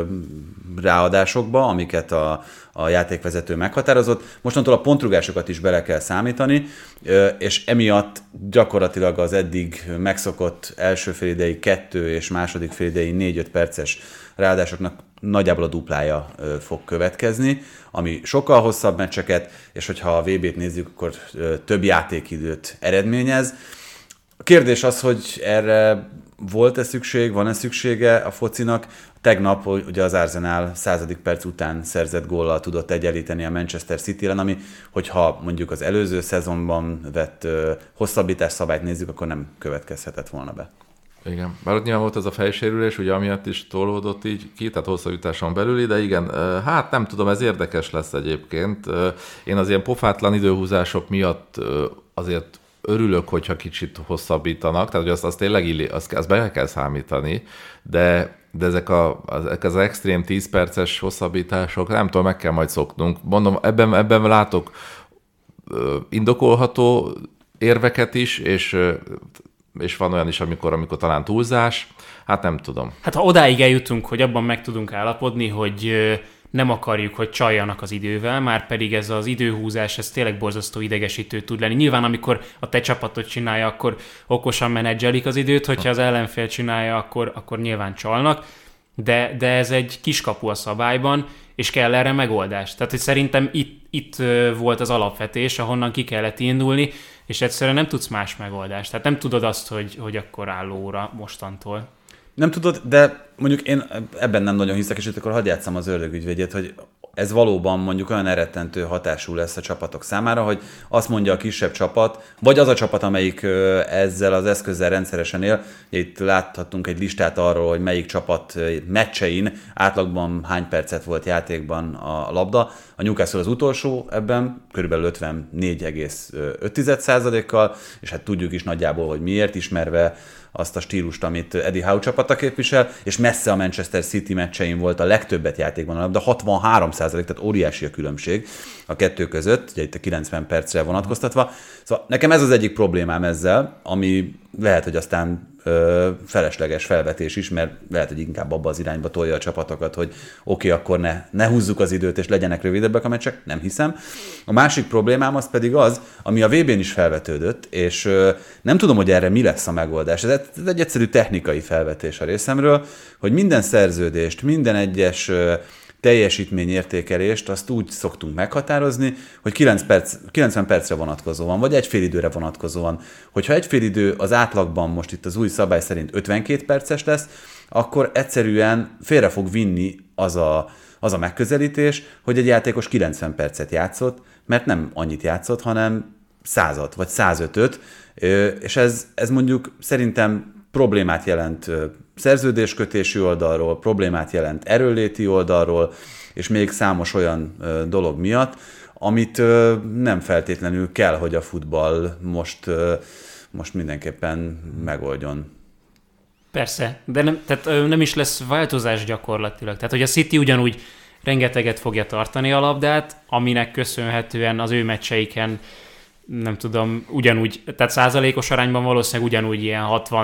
ráadásokba, amiket a játékvezető meghatározott. Mostantól a pontrúgásokat is bele kell számítani, és emiatt gyakorlatilag az eddig megszokott első félidei 2 és második félidei 4-5 perces ráadásoknak nagyjából a duplája fog következni, ami sokkal hosszabb meccseket, és hogyha a VB-t nézzük, akkor több játékidőt eredményez. A kérdés az, hogy erre volt-e szükség, van-e szüksége a focinak? Tegnap ugye az Arsenal 100. perc után szerzett góllal tudott egyenlíteni a Manchester City-len, ami, hogyha mondjuk az előző szezonban vett hosszabbítás szabályt nézzük, akkor nem következhetett volna be. Igen, bár ott nyilván volt ez a fejsérülés, ugye amiatt is tolódott így ki, tehát hosszabbításon belül, de igen, hát nem tudom, ez érdekes lesz egyébként. Én az ilyen pofátlan időhúzások miatt azért örülök, hogyha kicsit hosszabbítanak, tehát hogy azt tényleg azt be kell számítani, de ezek az extrém 10 perces hosszabbítások, nem tudom, meg kell majd szoknunk. Mondom, ebben látok indokolható érveket is, és van olyan is, amikor talán túlzás, hát nem tudom. Hát ha odáig eljutunk, hogy abban meg tudunk állapodni, hogy nem akarjuk, hogy csaljanak az idővel, már pedig ez az időhúzás, ez tényleg borzasztó idegesítő tud lenni. Nyilván, amikor a te csapatod csinálja, akkor okosan menedzselik az időt, hogyha az ellenfél csinálja, akkor nyilván csalnak, de ez egy kiskapu a szabályban, és kell erre megoldás. Tehát, hogy szerintem itt volt az alapvetés, ahonnan ki kellett indulni, és egyszerűen nem tudsz más megoldást. Tehát nem tudod azt, hogy akkor álló óra mostantól. Nem tudod, de mondjuk én ebben nem nagyon hiszek, és itt akkor hadd játsszam az ördögügyvédjét, hogy ez valóban mondjuk olyan elrettentő hatású lesz a csapatok számára, hogy azt mondja a kisebb csapat, vagy az a csapat, amelyik ezzel az eszközzel rendszeresen él. Itt láthattunk egy listát arról, hogy melyik csapat meccsein átlagban hány percet volt játékban a labda. A Newcastle az utolsó ebben, körülbelül 54,5%-kal, és hát tudjuk is nagyjából, hogy miért, ismerve azt a stílust, amit Eddie Howe csapata képvisel, és messze a Manchester City meccsein volt a legtöbbet játékban a labda, 63%, tehát óriási a különbség a kettő között, ugye itt a 90 percre vonatkoztatva. Szóval nekem ez az egyik problémám ezzel, ami lehet, hogy aztán felesleges felvetés is, mert lehet, hogy inkább abba az irányba tolja a csapatokat, hogy oké, akkor ne húzzuk az időt, és legyenek rövidebbek a meccsek, nem hiszem. A másik problémám az pedig az, ami a VB-n is felvetődött, és nem tudom, hogy erre mi lesz a megoldás. Ez egy egyszerű technikai felvetés a részemről, hogy minden szerződést, minden egyes teljesítményértékelést azt úgy szoktunk meghatározni, hogy 90 percre vonatkozóan, vagy egy fél időre vonatkozóan. Hogyha egy fél idő az átlagban most itt az új szabály szerint 52 perces lesz, akkor egyszerűen félre fog vinni az a megközelítés, hogy egy játékos 90 percet játszott, mert nem annyit játszott, hanem 100-at, vagy 105-öt, és ez mondjuk szerintem problémát jelent szerződéskötési oldalról, problémát jelent erőnléti oldalról, és még számos olyan dolog miatt, amit nem feltétlenül kell, hogy a futball most mindenképpen megoldjon. Persze, de nem is lesz változás gyakorlatilag. Tehát, hogy a City ugyanúgy rengeteget fogja tartani a labdát, aminek köszönhetően az ő meccseiken nem tudom, ugyanúgy, tehát százalékos arányban valószínűleg ugyanúgy ilyen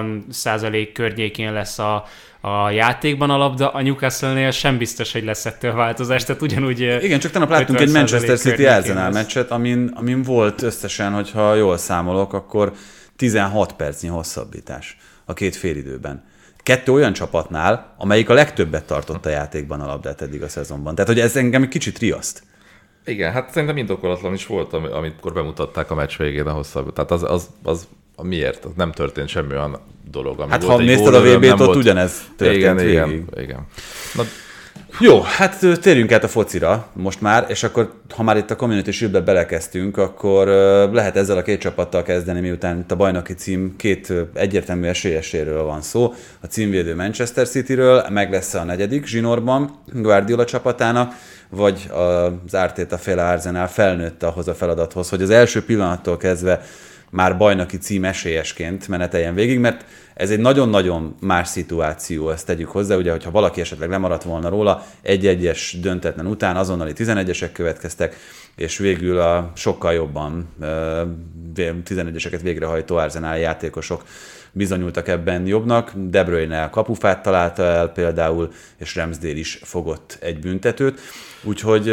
60% környékén lesz a játékban a labda, a Newcastle-nél sem biztos, hogy lesz ettől változás, tehát ugyanúgy... Igen, csak tegnap láttunk egy Manchester City Arsenal meccset, amin volt összesen, hogyha jól számolok, akkor 16 percnyi hosszabbítás a két félidőben. 2 olyan csapatnál, amelyik a legtöbbet tartott a játékban a labdát eddig a szezonban. Tehát, hogy ez engem egy kicsit riaszt. Igen, hát szerintem indokolatlan is volt, amikor bemutatták a meccs végén a hosszabb. Tehát az miért? Nem történt semmi olyan dolog, ami hát volt. Ha nézted a VB-t, ott ugyanez történt végig. Igen. Na, jó, hát térjünk át a focira most már, és akkor, ha már itt a Community Shield-be belekezdtünk, akkor lehet ezzel a 2 csapattal kezdeni, miután itt a bajnoki cím 2 egyértelmű esélyeséről van szó. A címvédő Manchester Cityről, meg lesz a 4. zsinórban Guardiola csapatának, vagy az Arteta féle Arsenal felnőtt ahhoz a feladathoz, hogy az első pillanattól kezdve már bajnoki cím esélyesként meneteljen végig, mert ez egy nagyon-nagyon más szituáció, ezt tegyük hozzá, ugye, hogyha valaki esetleg lemaradt volna róla, egy-egyes döntetlen után azonnali 11-esek következtek, és végül a sokkal jobban 11-eseket végrehajtó Arsenal játékosok bizonyultak ebben jobbnak. De Bruyne a kapufát találta el például, és Ramsdale is fogott egy büntetőt. Úgyhogy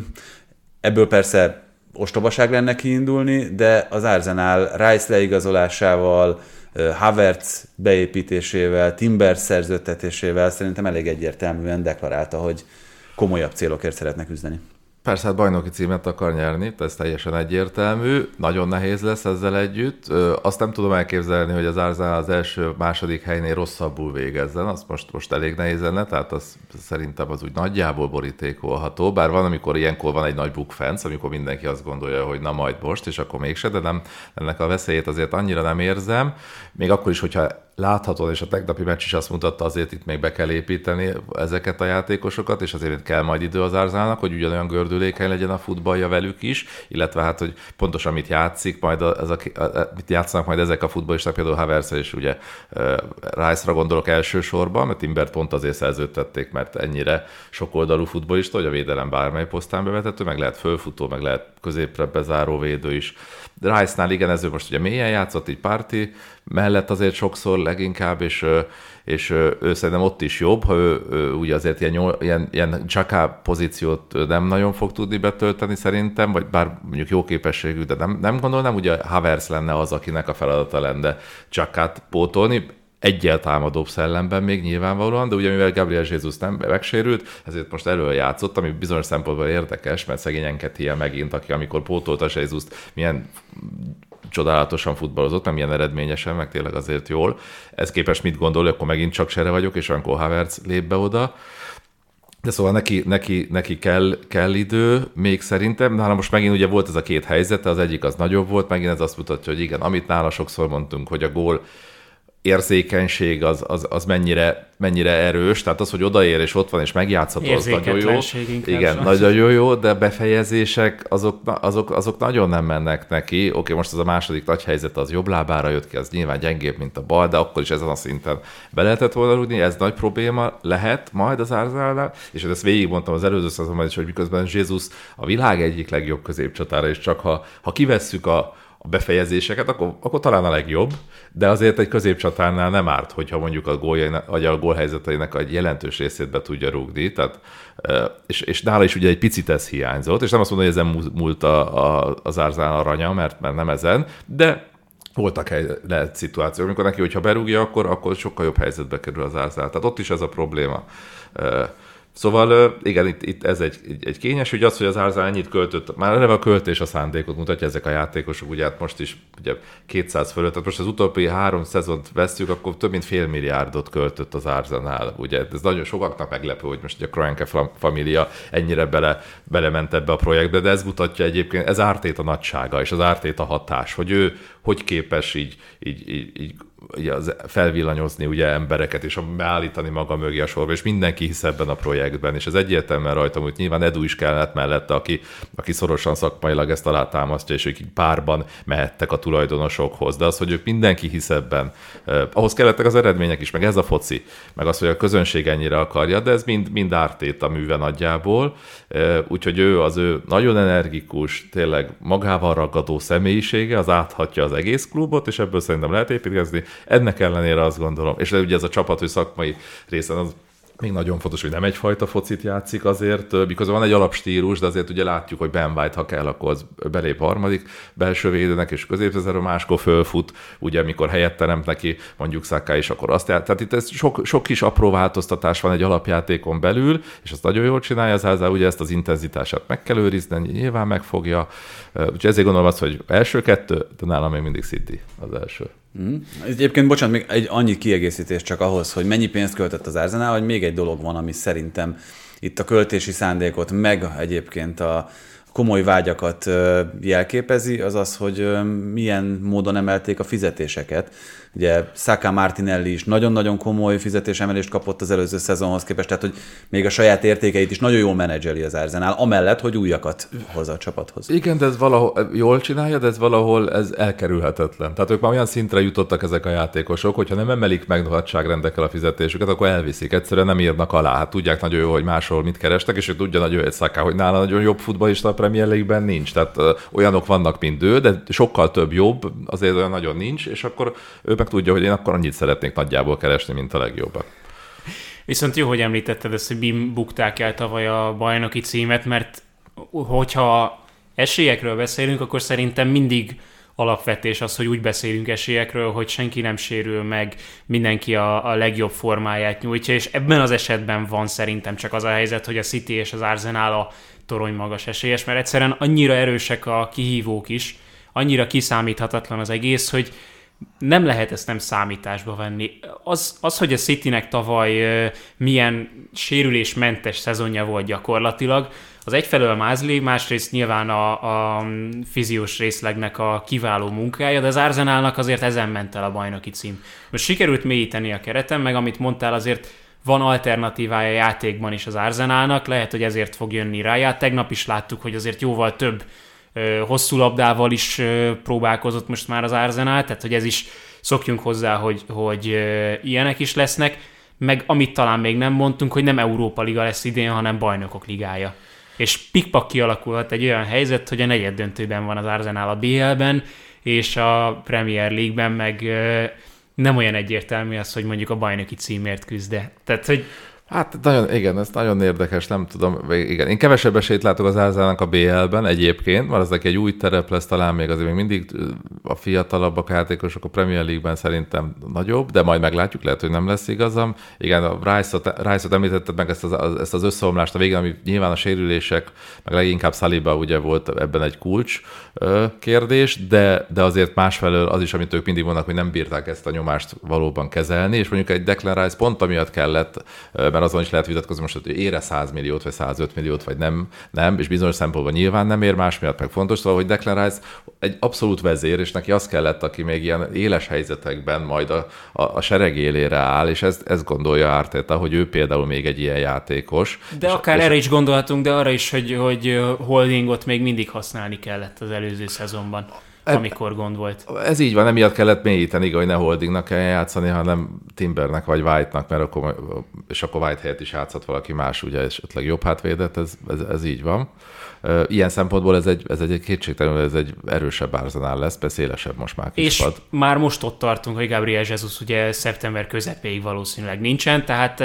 ebből persze ostobaság lenne kiindulni, de az Arsenal Rice leigazolásával, Havertz beépítésével, Timber szerződtetésével szerintem elég egyértelműen deklarálta, hogy komolyabb célokért szeretne küzdeni. Persze, hát bajnoki címet akar nyerni, ez teljesen egyértelmű, nagyon nehéz lesz ezzel együtt. Azt nem tudom elképzelni, hogy az Arsenal az első-második helynél rosszabbul végezzen, azt most elég nehéz lenne, tehát az, szerintem az úgy nagyjából borítékolható, bár van, amikor ilyenkor van egy nagy bukfenc, amikor mindenki azt gondolja, hogy na majd most, és akkor mégse, de nem, ennek a veszélyét azért annyira nem érzem, még akkor is, hogyha láthatod, és a tegnapi meccs is azt mutatta, azért itt még be kell építeni ezeket a játékosokat, és azért kell majd idő az Arsenalnak, hogy ugyanolyan gördülékeny legyen a futballja velük is, illetve hát, hogy pontosan mit játszik, majd mit játszanak majd ezek a futballisták, például Havertz és ugye Rice-ra gondolok elsősorban, mert Timbert pont azért szerződtették, mert ennyire sokoldalú futballista, hogy a védelem bármely posztán bevetető, meg lehet fölfutó, meg lehet középre bezáró védő is. Rice-nál igen, ez ő most ugye mélyen játszott, így párti mellett azért sokszor leginkább, és ő szerintem ott is jobb, ha ő ugye azért ilyen Xhaka pozíciót nem nagyon fog tudni betölteni szerintem, vagy bár mondjuk jó képességű, de nem gondolnám, ugye Havertz lenne az, akinek a feladata lenne Xhakát pótolni, egyel támadóbb szellemben még nyilvánvalóan, de ugye mivel Gabriel Jesus nem megsérült, ezért most elől játszott, ami bizonyos szempontból érdekes, mert szegény Nketiah megint, aki amikor pótolta Jesus-t, milyen csodálatosan futballozott, nem ilyen eredményesen, meg tényleg azért jól. Ez képest mit gondol, akkor megint csak sere vagyok, és olyankor Havertz lép be oda. De szóval neki kell idő, még szerintem. Nála most megint ugye volt ez a 2 helyzete, az egyik az nagyobb volt, megint ez azt mutatja, hogy igen, amit nála sokszor mondtunk, hogy a gól érzékenység az mennyire erős, tehát az, hogy odaér és ott van és megjátszható, az nagyon jó. Igen, nagyon jó, de befejezések azok nagyon nem mennek neki. Oké, most az a második nagy helyzet az jobb lábára jött ki, az nyilván gyengébb, mint a bal, de akkor is ezen a szinten be lehetett volna rúgni, ez nagy probléma lehet majd az Arsenalnál, és ezt végigmondtam az előző szezonban is, hogy miközben Jesus a világ egyik legjobb középcsatára, és csak ha kivesszük a befejezéseket, akkor talán a legjobb, de azért egy középcsatárnál nem árt, hogyha mondjuk a gólhelyzeteinek egy jelentős részét be tudja rúgni, tehát, és nála is ugye egy picit ez hiányzott, és nem azt mondom, hogy ezen múlt az Arsenal aranya, mert nem ezen, de voltak lehet szituációk, amikor neki, hogyha berúgja, akkor sokkal jobb helyzetbe kerül az Arsenal. Tehát ott is ez a probléma. Szóval igen, itt ez egy kényes ügy, az, hogy az Arsenal ennyit költött, már eleve a költés a szándékot mutatja ezek a játékosok, ugye hát most is ugye 200 fölött, tehát most az utóbbi 3 szezont vesztjük, akkor több mint $500 millió költött az Arsenal, ugye ez nagyon sokaknak meglepő, hogy most a Kroenke família ennyire belement ebbe a projektbe, de ez mutatja egyébként, ez Arteta nagysága, és az Arteta hatás, hogy ő hogy képes így felvillanyozni ugye embereket, és beállítani maga mögé a sorba, és mindenki hisz ebben a projektben, és ez egyértelműen rajtam, hogy nyilván Edu is kellett mellette, aki szorosan szakmailag ezt alátámasztja, és ők párban mehettek a tulajdonosokhoz, de az, hogy ők mindenki hisz ebben, ahhoz kellettek az eredmények is, meg ez a foci, meg az, hogy a közönség ennyire akarja, de ez mind Arteta műve nagyjából, úgyhogy ő nagyon energikus, tényleg magával ragadó személyisége, az áthatja az egész klubot, és ebből szerintem lehet építkezni. Ennek ellenére azt gondolom, és ugye ez a csapat, hogy szakmai részen az még nagyon fontos, hogy nem egyfajta focit játszik azért, miközben van egy alapstílus, de azért ugye látjuk, hogy Ben White, ha kell, akkor az belép harmadik belső védőnek, és középszerű máskor fölfut, ugye amikor helyet teremt neki, mondjuk Saka is, akkor azt tehát itt ez sok kis apró változtatás van egy alapjátékon belül, és azt nagyon jól csinálja az Arsenal, ugye ezt az intenzitását meg kell őrizni, nyilván megfogja, úgyhogy ezért gondolom azt, hogy első 2, de nálam még mindig City az első. Egyébként, bocsánat, még egy annyi kiegészítés csak ahhoz, hogy mennyi pénzt költött az Arsenal, hogy még egy dolog van, ami szerintem itt a költési szándékot, meg egyébként a komoly vágyakat jelképezi, az az, hogy milyen módon emelték a fizetéseket. Ugye Saka, Martinelli is nagyon-nagyon komoly fizetésemelést kapott az előző szezonhoz képest, tehát hogy még a saját értékeit is nagyon jól menedzseli az Arsenal, amellett, hogy újakat hoz a csapathoz. Igen, de ez valahol jól csinálja, de ez valahol elkerülhetetlen. Tehát ők már olyan szintre jutottak ezek a játékosok, hogyha nem emelik meg nagyságrendekkel a fizetésüket, akkor elviszik. Egyszerűen nem írnak alá. Hát tudják nagyon jó, hogy máshol mit kerestek, és ők tudja nagyon jó, hogy Saka, hogy nála nagyon jobb futballista a Premier League-ben nincs. Tehát olyanok vannak, mint ő, de sokkal több jobb, azért olyan nagyon nincs, és akkor ő meg tudja, hogy én akkor annyit szeretnék nagyjából keresni, mint a legjobbak. Viszont jó, hogy említetted ezt, hogy bukták el tavaly a bajnoki címet, mert hogyha esélyekről beszélünk, akkor szerintem mindig alapvetés az, hogy úgy beszélünk esélyekről, hogy senki nem sérül meg, mindenki a legjobb formáját nyújtja, és ebben az esetben van szerintem csak az a helyzet, hogy a City és az Arsenal a torony magas esélyes, mert egyszerűen annyira erősek a kihívók is, annyira kiszámíthatatlan az egész, hogy nem lehet ezt nem számításba venni. Az hogy a Citynek tavaly milyen sérülésmentes szezonja volt gyakorlatilag, az egyfelől mázli, másrészt nyilván a fiziós részlegnek a kiváló munkája, de az Arsenalnak azért ezen ment el a bajnoki cím. Most sikerült mélyíteni a kereten, meg amit mondtál, azért van alternatívája játékban is az Arsenalnak, lehet, hogy ezért fog jönni rájá. Tegnap is láttuk, hogy azért jóval több hosszú labdával is próbálkozott most már az Arsenal, tehát hogy ez is szokjunk hozzá, hogy ilyenek is lesznek, meg amit talán még nem mondtunk, hogy nem Európa Liga lesz idén, hanem Bajnokok Ligája. És pikpak kialakulhat egy olyan helyzet, hogy a negyeddöntőben van az Arsenal a BL-ben, és a Premier League-ben meg nem olyan egyértelmű az, hogy mondjuk a bajnoki címért küzd. Tehát, hogy Hát nagyon, igen, ez nagyon érdekes, nem tudom, igen. Én kevesebb esélyt látok az Arsenalnak a BL-ben egyébként, mert az neki egy új terep lesz, talán még azért még mindig a fiatalabbak játékosok a Premier League-ben szerintem nagyobb, de majd meglátjuk, lehet, hogy nem lesz igazam. Igen, a Rice-ot említetted meg ezt az összeomlást a végén, ami nyilván a sérülések, meg leginkább Saliba ugye volt ebben egy kulcs kérdés, de azért másfelől az is, amit ők mindig mondnak, hogy nem bírták ezt a nyomást valóban kezelni, és mondjuk egy Declan Rice pont amiatt kellett, mert nyilván azon is lehet vitatkozni most, hogy ére 100 milliót, vagy 105 milliót, vagy nem, és bizonyos szempontból nyilván nem ér, más miatt meg fontos, szóval, hogy Declan Rice egy abszolút vezér, és neki az kellett, aki még ilyen éles helyzetekben majd a sereg élére áll, és ezt gondolja Arteta, hogy ő például még egy ilyen játékos. De akár erre is gondolhatunk, de arra is, hogy Holdingot még mindig használni kellett az előző szezonban, amikor gond volt. Ez így van, emiatt kellett mélyíteni, hogy ne Holdingnak kell játszani, hanem Timbernek vagy White-nak, mert akkor White helyett is játszhat valaki más, ugye esetleg jobb hátvédet, ez így van. Ilyen szempontból ez egy kétségtelenül ez egy erősebb Arsenal lesz, persze szélesebb most már kispad. És már most ott tartunk, hogy Gabriel Jesus ugye szeptember közepéig valószínűleg nincsen, tehát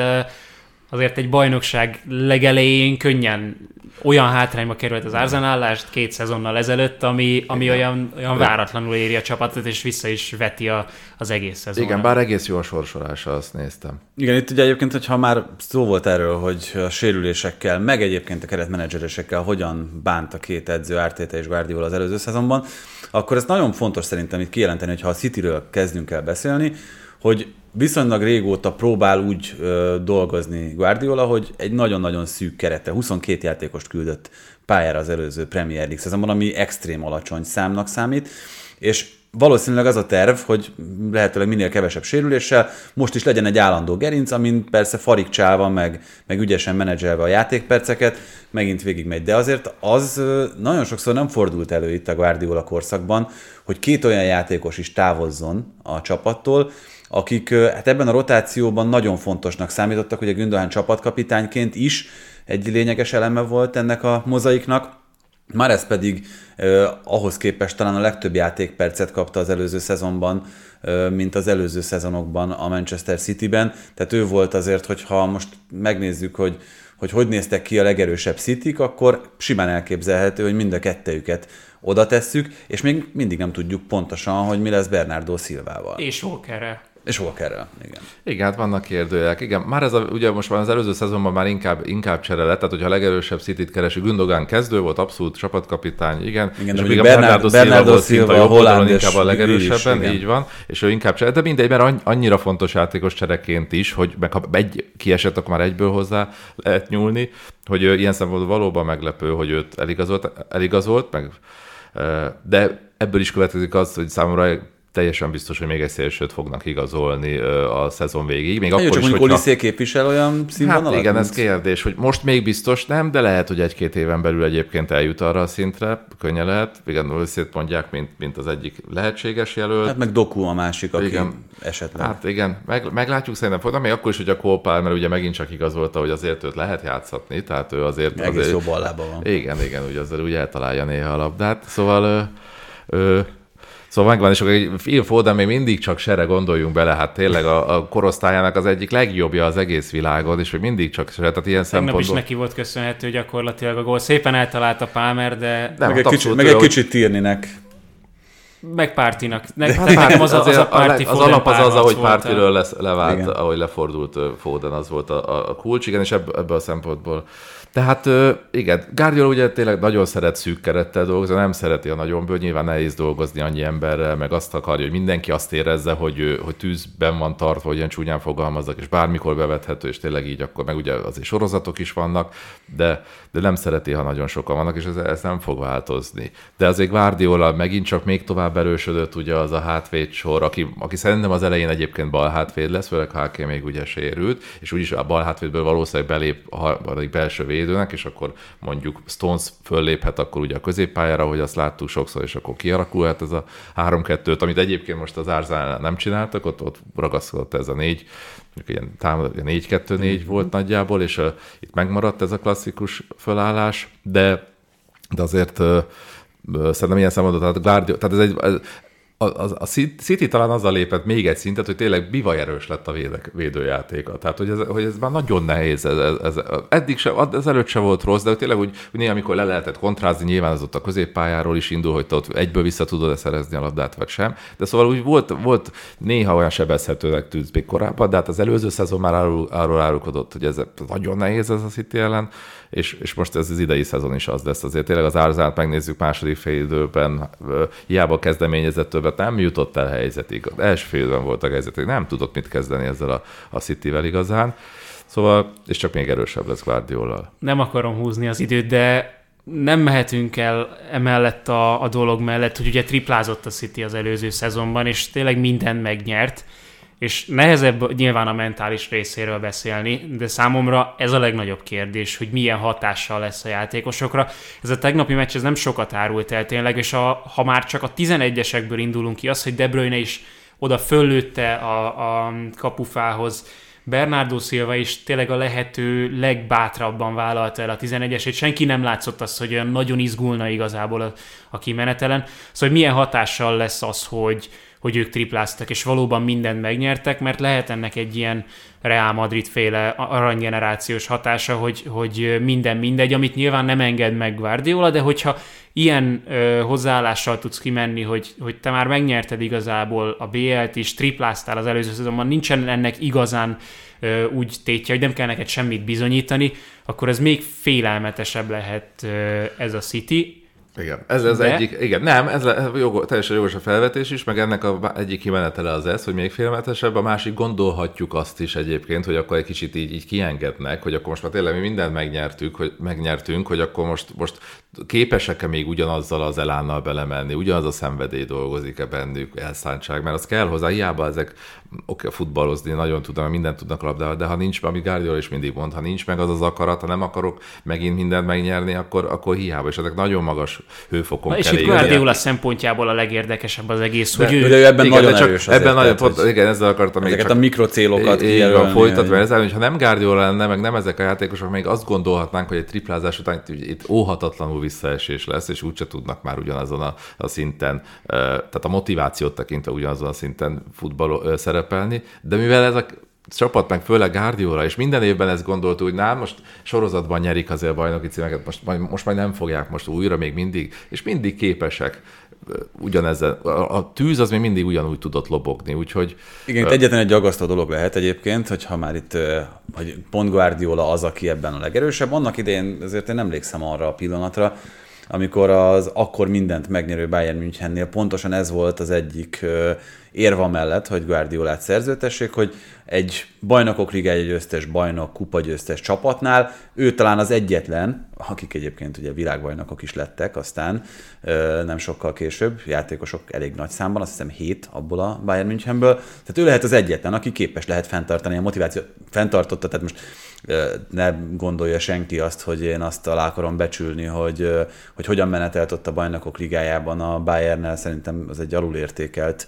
azért egy bajnokság legelején könnyen olyan hátrányba került az Arsenal 2 szezonnal ezelőtt, ami olyan váratlanul éri a csapatot, és vissza is veti az egész szezonra. Igen, bár egész jó a sorsolása, azt néztem. Igen, itt ugye egyébként, hogyha már szó volt erről, hogy a sérülésekkel, meg egyébként a keretmenedzseresekkel hogyan bánt a két edző, Arteta és Guardiola az előző szezonban, akkor ez nagyon fontos szerintem itt kijelenteni, hogy ha a Cityről kezdünk el beszélni, hogy viszonylag régóta próbál úgy dolgozni Guardiola, hogy egy nagyon-nagyon szűk kerete, 22 játékost küldött pályára az előző Premier League szezonban, ami extrém alacsony számnak számít, és valószínűleg az a terv, hogy lehetőleg minél kevesebb sérüléssel, most is legyen egy állandó gerinc, amin persze farigcsálva, meg ügyesen menedzselve a játékperceket, megint végigmegy. De azért az nagyon sokszor nem fordult elő itt a Guardiola korszakban, hogy 2 olyan játékos is távozzon a csapattól, akik hát ebben a rotációban nagyon fontosnak számítottak, hogy a Gündogan csapatkapitányként is egy lényeges eleme volt ennek a mozaiknak. Mahrez pedig ahhoz képest talán a legtöbb játékpercet kapta az előző szezonban, mint az előző szezonokban a Manchester Cityben. Tehát ő volt azért, hogyha most megnézzük, hogy néztek ki a legerősebb Cityk, akkor simán elképzelhető, hogy mind a kettejüket oda tesszük, és még mindig nem tudjuk pontosan, hogy mi lesz Bernardo Silvával. És Walkerrel. És Walkerrel, igen. Igen, hát vannak kérdőjelek. Igen, már ez ugye most már az előző szezonban már inkább csere lett, tehát hogyha a legerősebb City-t keresi, Gündogan kezdő volt, abszolút csapatkapitány, igen és még Bernardo Silva jobb oldalon inkább a legerősebben, így van, és ő inkább csere, de mindegy, mert annyira fontos játékos csereként is, hogy meg ha egy kiesett, akkor már egyből hozzá lehet nyúlni, hogy ilyen szempontból valóban meglepő, hogy őt eligazolt meg, de ebből is következik az, hogy számomra teljesen biztos, hogy még egy szélsőt fognak igazolni a szezon végéig. Még akkor csak is, mondjuk Olysé képvisel olyan színvonalat? Hát igen, ez kérdés, hogy most még biztos nem, de lehet, hogy 1-2 éven belül egyébként eljut arra a szintre, könnyen lehet. Igen, Olysét mondják, mint az egyik lehetséges jelölt. Hát meg Doku a másik, aki igen. Esetleg. Hát igen, meglátjuk szerintem, még akkor is, hogy a Cole Palmer ugye megint csak igazolta, hogy azért őt lehet játszatni, tehát ő azért... Egész jó ballába van. Igen, ugye azért úgy eltalálja néha a labdát. Szóval megvan, és akkor Phil Foden még mindig csak sere, gondoljunk bele, hát tényleg a korosztályának az egyik legjobbja az egész világon, és hogy mindig csak sere, tehát ilyen szempontból... Tegnap is neki volt köszönhető gyakorlatilag a gól. Szépen eltalálta Palmer, de... Meg egy kicsit Tierneynek. Meg Pártinak. Nekem az a Párti az alap az, ahogy Pártiről levált, igen. Ahogy lefordult Foden, az volt a kulcs, igen, és ebből a szempontból. Tehát igen, Guardiola ugye tényleg nagyon szeret szűk kerettel dolgozni, nem szereti a nagyon bőr, nyilván nehéz dolgozni annyi emberrel, meg azt akarja, hogy mindenki azt érezze, hogy tűzben van tartva, hogy ilyen csúnyán fogalmazzak, és bármikor bevethető, és tényleg így akkor, meg ugye azért sorozatok is vannak, de nem szereti, ha nagyon sokan vannak, és ez nem fog változni. De azért Guardiola megint csak még tovább erősödött ugye az a hátvéd sor, aki szerintem az elején egyébként bal hátvéd lesz, főleg Hake még ugye sérült, és úgyis a bal hátvédből valószínűleg belép a belső védőnek, és akkor mondjuk Stones fölléphet akkor ugye a középpályára, hogy azt láttuk sokszor, és akkor kialakulhat ez a 3-2-t, amit egyébként most az Arsenal nem csináltak, ott ragaszkodott ez a 4-2-4 volt nagyjából, és itt megmaradt ez a klasszikus fölállás, de azért szerintem ilyen szempontból, tehát ez egy... A City talán azzal lépett még egy szintet, hogy tényleg bivajerős lett a védőjátéka. Tehát, hogy ez már nagyon nehéz. Eddig ezelőtt se volt rossz, de tényleg úgy néha, amikor le lehetett kontrázni, nyilván az ott a középpályáról is indul, hogy te ott egyből vissza tudod szerezni a labdát, vagy sem. De szóval úgy volt néha olyan sebezhetőnek tűz még korábban, de hát az előző szezon már arról árulkodott, hogy ez nagyon nehéz ez a City ellen, és most ez az idei szezon is az lesz. Azért tényleg az Arsenalt megnézzük második félidőben, hiába kezdeményezett több fordulóban nem jutott el helyzetig. Az első félben voltak helyzetek, nem tudott mit kezdeni ezzel a Cityvel igazán. Szóval, és csak még erősebb lesz Guardiola. Nem akarom húzni az időt, de nem mehetünk el emellett a dolog mellett, hogy ugye triplázott a City az előző szezonban, és tényleg mindent megnyert, és nehezebb nyilván a mentális részéről beszélni, de számomra ez a legnagyobb kérdés, hogy milyen hatással lesz a játékosokra. Ez a tegnapi meccs ez nem sokat árult el tényleg, és ha már csak a 11-esekből indulunk ki, az, hogy De Bruyne is oda föllőtte a kapufához, Bernardo Silva is tényleg a lehető legbátrabban vállalta el a 11-esét. Senki nem látszott azt, hogy olyan nagyon izgulna igazából a kimenetelen. Szóval milyen hatással lesz az, hogy ők tripláztak, és valóban mindent megnyertek, mert lehet ennek egy ilyen Real Madrid féle aranygenerációs hatása, hogy minden mindegy, amit nyilván nem enged meg Guardiola, de hogyha ilyen hozzáállással tudsz kimenni, hogy te már megnyerted igazából a BL-t is, tripláztál az előző szezonban, nincsen ennek igazán úgy tétje, hogy nem kell neked semmit bizonyítani, akkor ez még félelmetesebb lehet ez a City. Igen, ez egyik, igen, nem, teljesen jogos a felvetés is, meg ennek egyik kimenetele az hogy még félelmetesebb, a másik gondolhatjuk azt is egyébként, hogy akkor egy kicsit így kiengednek, hogy akkor most már tényleg mi mindent megnyertünk, hogy akkor most képesek-e még ugyanazzal az elánnal belemenni, ugyanaz a szenvedély dolgozik-e bennük, elszántság, mert az kell hozzá, hiába ezek futballozni, nagyon tudnak, mindent tudnak labdával, de ha nincs, amit Guardiola is mindig mond, ha nincs meg az az akarat, ha nem akarok megint mindent megnyerni, akkor hiába, és ezek nagyon magas hőfokon kell égni. És itt Guardiola szempontjából a legérdekesebb az egész, hogy ő... De ebben nagyon erős azért. Ebben nagyon, igen, ezzel akartam még ezeket a mikrocélokat kijelölni. Folytatva ezzel, hogy ha nem Guardiola lenne, meg nem ezek a játékosok, még azt gondolhatnánk, hogy egy triplázás után itt óhatatlanul visszaesés lesz, és úgyse tudnak már ugyanazon a szinten, tehát a motivációt tekintve ugyanazon a szinten futball szerepelni, de mivel ez a csapat, meg főleg Guardiola, és minden évben ezt gondoltuk, hogy most sorozatban nyerik azért a bajnoki címeket, most majd nem fogják most újra még mindig, és mindig képesek ugyanezzel. A tűz az még mindig ugyanúgy tudott lobogni, úgyhogy... Igen, egyetlen egy aggasztó dolog lehet egyébként, hogyha már itt hogy pont Guardiola az, aki ebben a legerősebb. Annak idején azért én emlékszem arra a pillanatra, amikor az akkor mindent megnyerő Bayern Münchennél pontosan ez volt az egyik érva mellett, hogy Guardiolát szerződtessék, hogy egy bajnokok ligája győztes bajnok, kupagyőztes csapatnál ő talán az egyetlen, akik egyébként ugye világbajnokok is lettek aztán nem sokkal később, játékosok elég nagy számban, azt hiszem 7 abból a Bayern Münchenből, tehát ő lehet az egyetlen, aki képes lehet fenntartani a motivációt, fenntartotta, tehát most ne gondolja senki azt, hogy én azt alá akarom becsülni, hogy hogyan menetelt ott a bajnokok ligájában a Bayernnel, szerintem az egy alulértékelt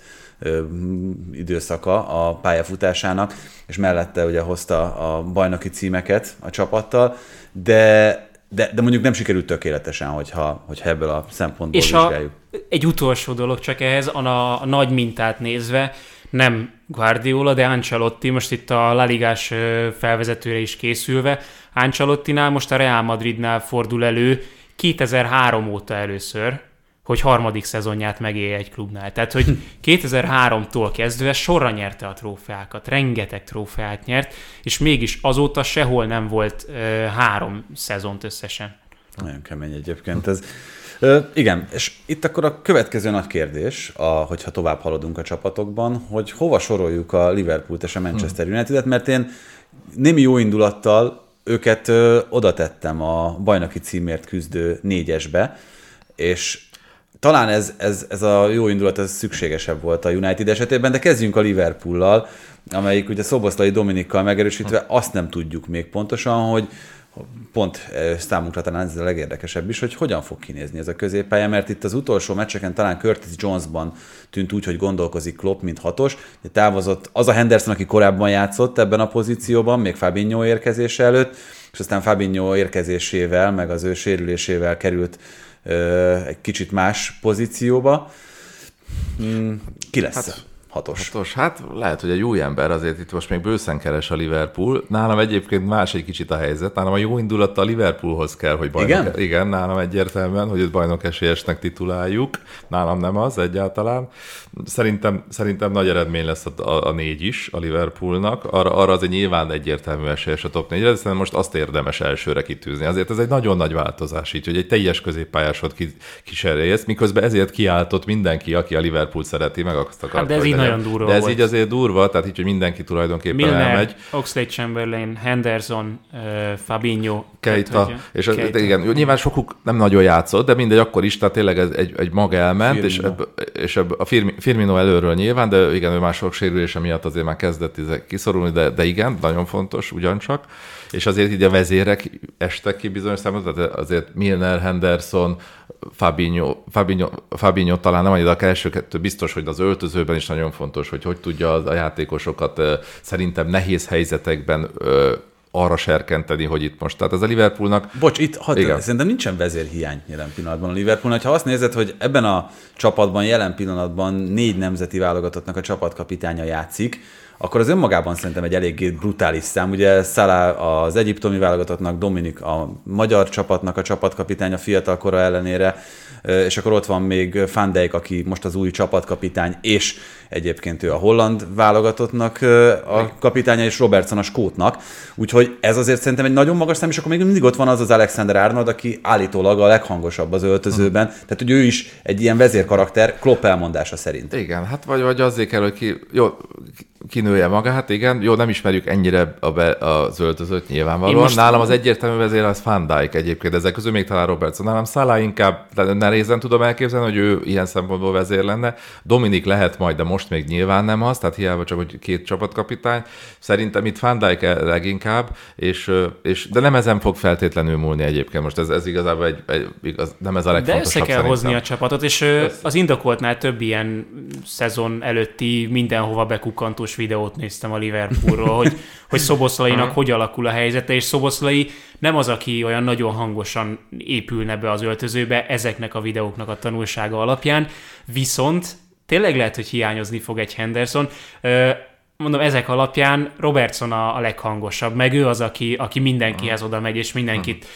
időszaka a pályafutásának, és mellette ugye hozta a bajnoki címeket a csapattal, de mondjuk nem sikerült tökéletesen, hogyha ebből a szempontból és vizsgáljuk. Egy utolsó dolog csak ehhez, a nagy mintát nézve, nem Guardiola, de Ancelotti, most itt a La Ligás felvezetőre is készülve, Ancelottinál most a Real Madridnál fordul elő 2003 óta először, hogy harmadik szezonját megélje egy klubnál. Tehát, hogy 2003-tól kezdve sorra nyerte a trófeákat, rengeteg trófeát nyert, és mégis azóta sehol nem volt 3 szezont összesen. Nagyon kemény egyébként ez. Igen, és itt akkor a következő nagy kérdés, hogyha tovább haladunk a csapatokban, hogy hova soroljuk a Liverpoolt és a Manchester United-et, mert én némi jó indulattal őket oda tettem a bajnoki címért küzdő 4-esbe, és talán ez a jó indulat ez szükségesebb volt a United esetében, de kezdjünk a Liverpoollal, amelyik ugye Szoboszlai Dominikkal megerősítve azt nem tudjuk még pontosan, hogy pont számunkra talán ez a legérdekesebb is, hogy hogyan fog kinézni ez a középpálya, mert itt az utolsó meccseken talán Curtis Jonesban tűnt úgy, hogy gondolkozik Klopp, mint 6-os, de távozott az a Henderson, aki korábban játszott ebben a pozícióban, még Fabinho érkezése előtt, és aztán Fabinho érkezésével, meg az ő sérülésével került egy kicsit más pozícióba. Ki lesz? 6-os. Hát lehet, hogy egy új ember azért itt most még bőszen keres a Liverpool. Nálam egyébként más egy kicsit a helyzet. Nálam a jó indulattal a Liverpoolhoz kell, hogy bajnok. Igen, nálam egyértelműen, hogy őt bajnok esélyesnek tituláljuk. Nálam nem az egyáltalán. Szerintem nagy eredmény lesz a 4 is a Liverpoolnak. Arra azért nyilván egyértelmű esélyes a top 4-re, de szerintem most azt érdemes elsőre kitűzni. Azért ez egy nagyon nagy változás így, hogy egy teljes középpályásot kísérelsz, miközben ezért kiáltott mindenki, aki a Liverpool szereti, meg azt akarta. Hát de ez így nagyon durva volt. De ez volt. így azért durva, tehát így, hogy mindenki tulajdonképpen Milner, elmegy. Oxlade-Chamberlain, Henderson, Fabinho. Keita, és igen, nyilván sokuk nem nagyon játszott, de mindegy, akkor is, tehát tényleg ez egy maga elment, és a Firmino előről nyilván, de igen, ő már sok sérülése miatt azért már kezdett kiszorulni, de igen, nagyon fontos ugyancsak. És azért így a vezérek estek ki bizonyos számot, tehát azért Milner, Henderson, Fabinho talán nem annyira, de a első kettő biztos, hogy az öltözőben is nagyon fontos, hogy tudja a játékosokat szerintem nehéz helyzetekben arra serkenteni, hogy itt most. Tehát ez a Liverpoolnak... Bocs, itt szerintem nincsen vezérhiány jelen pillanatban a Liverpoolnak. Ha azt nézed, hogy ebben a csapatban jelen pillanatban 4 nemzeti válogatottnak a csapatkapitánya játszik, akkor az önmagában szerintem egy eléggé brutális szám. Ugye Salah az egyiptomi válogatottnak, Dominik a magyar csapatnak a csapatkapitánya fiatal kora ellenére, és akkor ott van még Van Dijk, aki most az új csapatkapitány, és egyébként ő a holland válogatottnak a kapitánya, és Robertson a skótnak. Úgyhogy ez azért szerintem egy nagyon magas szám, és akkor még mindig ott van az Alexander-Arnold, aki állítólag a leghangosabb az öltözőben. Tehát, hogy ő is egy ilyen vezérkarakter, Klopp elmondása szerint. Igen, hát vagy azért kell, hogy kinője magát, igen. Jó, nem ismerjük ennyire az öltözőt nyilvánvalóan. Nálam az egyértelmű vezér az Van Dijk egyébként, ezek közül még talán Robertson. Nálam Salah inkább, nehézen tudom elképzelni, hogy ő ilyen szempontból vezér lenne. Dominik lehet majd, de most még nyilván nem az, tehát hiába csak, hogy 2 csapatkapitány. Szerintem itt Van Dijk leginkább, de nem ezen fog feltétlenül múlni egyébként. Most ez igazából nem ez a legfontosabb. De össze kell szerintem hozni a csapatot, és az indokoltnál több ilyen szezon előtti mindenhova bekukkantós videót néztem a Liverpoolról, hogy Szoboszlainak hogy alakul a helyzete, és Szoboszlai nem az, aki olyan nagyon hangosan épülne be az öltözőbe ezeknek a videóknak a tanulsága alapján, viszont tényleg lehet, hogy hiányozni fog egy Henderson. Mondom, ezek alapján Robertson a leghangosabb, meg ő az, aki mindenkihez oda megy, és mindenkit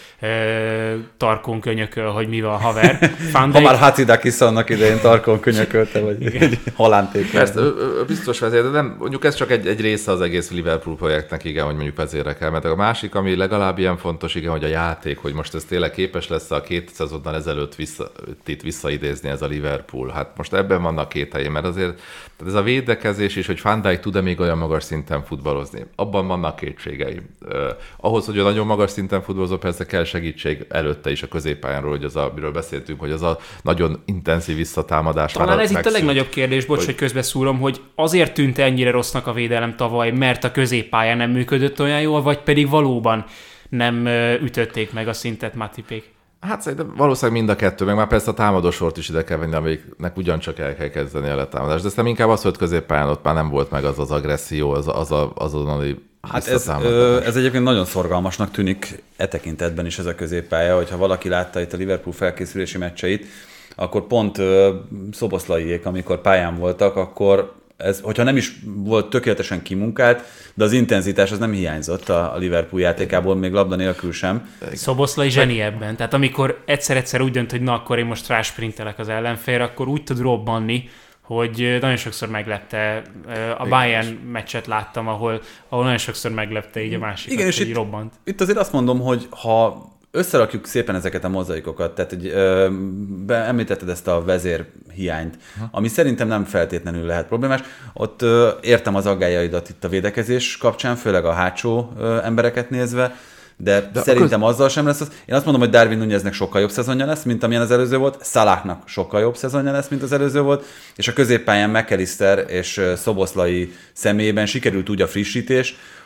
tarkon könyököl, hogy mi van, haver. Ha már Hatzidakis annak idején tarkon könyökölte, vagy egy halánték. Persze, biztos vezér, de nem, mondjuk ez csak egy része az egész Liverpool projektnek, igen, hogy mondjuk vezérre kell. Mert a másik, ami legalább ilyen fontos, igen, hogy a játék, hogy most ez tényleg képes lesz a 2 szezonnal ezelőtt visszaidézni ez a Liverpool. Hát most ebben vannak kételjé, mert azért ez a védekezés is, hogy Van Dijk tud-e még olyan magas szinten futballozni. Abban vannak kétségeim. Ahhoz, hogy a nagyon magas szinten futballozó, persze kell segítség előtte is a középpályánról, hogy amiről beszéltünk, hogy az a nagyon intenzív visszatámadás. Talán ez itt a legnagyobb kérdés, hogy közbeszúrom, hogy azért tűnt ennyire rossznak a védelem tavaly, mert a középpályán nem működött olyan jól, vagy pedig valóban nem ütötték meg a szintet Matipék? Hát szerintem valószínűleg mind a kettő, meg már persze a támadósort is ide kell venni, amiknek ugyancsak el kell kezdeni a letámadást. De aztán inkább az, hogy középpályán ott már nem volt meg az agresszió, azonnali visszatámadás. Ez egyébként nagyon szorgalmasnak tűnik tekintetben is ez a középpálya, hogyha valaki látta itt a Liverpool felkészülési meccseit, akkor pont Szoboszlaiék, amikor pályán voltak, akkor ez, hogyha nem is volt tökéletesen kimunkált, de az intenzitás az nem hiányzott a Liverpool játékából, még labda nélkül sem. Szoboszlai zseni ebben. Tehát amikor egyszer úgy dönt, hogy na, akkor én most rásprintelek az ellenfélre, akkor úgy tud robbanni, hogy nagyon sokszor meglepte. A Bayern meccset láttam, ahol nagyon sokszor meglepte így a másikat, igen, és hogy robbant. Itt azért azt mondom, hogy ha összerakjuk szépen ezeket a mozaikokat, tehát hogy említetted ezt a vezérhiányt, ami szerintem nem feltétlenül lehet problémás. Ott értem az aggályaidat itt a védekezés kapcsán, főleg a hátsó embereket nézve, de szerintem azzal sem lesz az. Én azt mondom, hogy Darwin Núñeznek sokkal jobb szezonja lesz, mint amilyen az előző volt, Salahnak sokkal jobb szezonja lesz, mint az előző volt, és a középpályán McAllister és Szoboszlai személyében sikerült úgy a frissítés,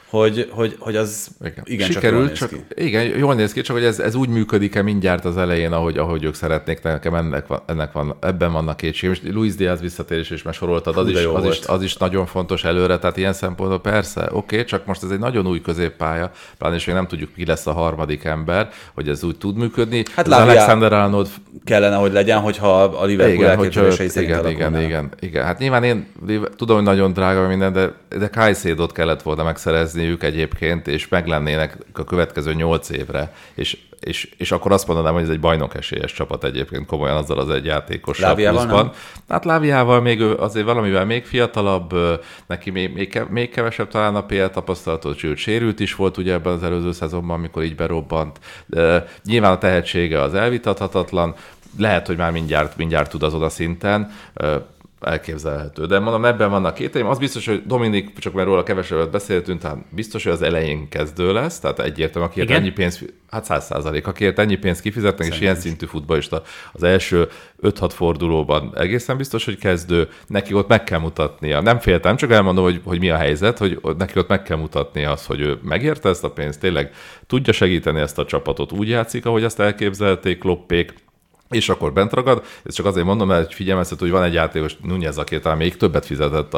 hogy az igen sikerült, csak igen, jól néz ki, csak hogy ez úgy működik-e mindjárt az elején, ahogy ők szeretnék, nekem ebben vannak kétségem. És Luis Diaz visszatérés is már soroltad, az is nagyon fontos előre, tehát ilyen szempontból persze, oké, csak most ez egy nagyon új középpálya, pláne és még nem tudjuk, ki lesz a harmadik ember, hogy ez úgy tud működni. Hát Alexander-Arnold kellene, hogy legyen, hogyha a Liverpool elképzelései szerint alakulnának. Igen. Hát nyilván én tudom, hogy nagyon drága minden, de Caicedo-t kellett volna megszerezniük egyébként, és meglennének a következő 8 évre, és akkor azt mondanám, hogy ez egy bajnokesélyes csapat egyébként komolyan azzal az egy játékossal pluszban. Hát Láviával még azért valamivel még fiatalabb, neki még kevesebb talán a PL tapasztalatot, sőt sérült is volt ugye ebben az előző szezonban, amikor így berobbant. Nyilván a tehetsége az elvitathatatlan, lehet, hogy már mindjárt tud azon a szinten, elképzelhető. De mondom, ebben vannak kételjeim. Az biztos, hogy Dominik, csak mert róla kevesebbet beszéltünk, tehát biztos, hogy az elején kezdő lesz, tehát egyértelmű, akiért ennyi pénz, hát 100%, akiért ennyi pénzt kifizetnek, és ilyen szintű futballista az első 5-6 fordulóban egészen biztos, hogy kezdő, neki ott meg kell mutatnia. Nem féltem, csak elmondom, hogy mi a helyzet, hogy neki ott meg kell mutatnia azt, hogy ő megérte ezt a pénzt, tényleg tudja segíteni ezt a csapatot, úgy játszik, ahogy azt elképzelték Kloppék, és akkor bent ragad. Ezt csak azért mondom, mert figyelmeztető, hogy van egy játékos, Núñez, aki talán még többet fizetett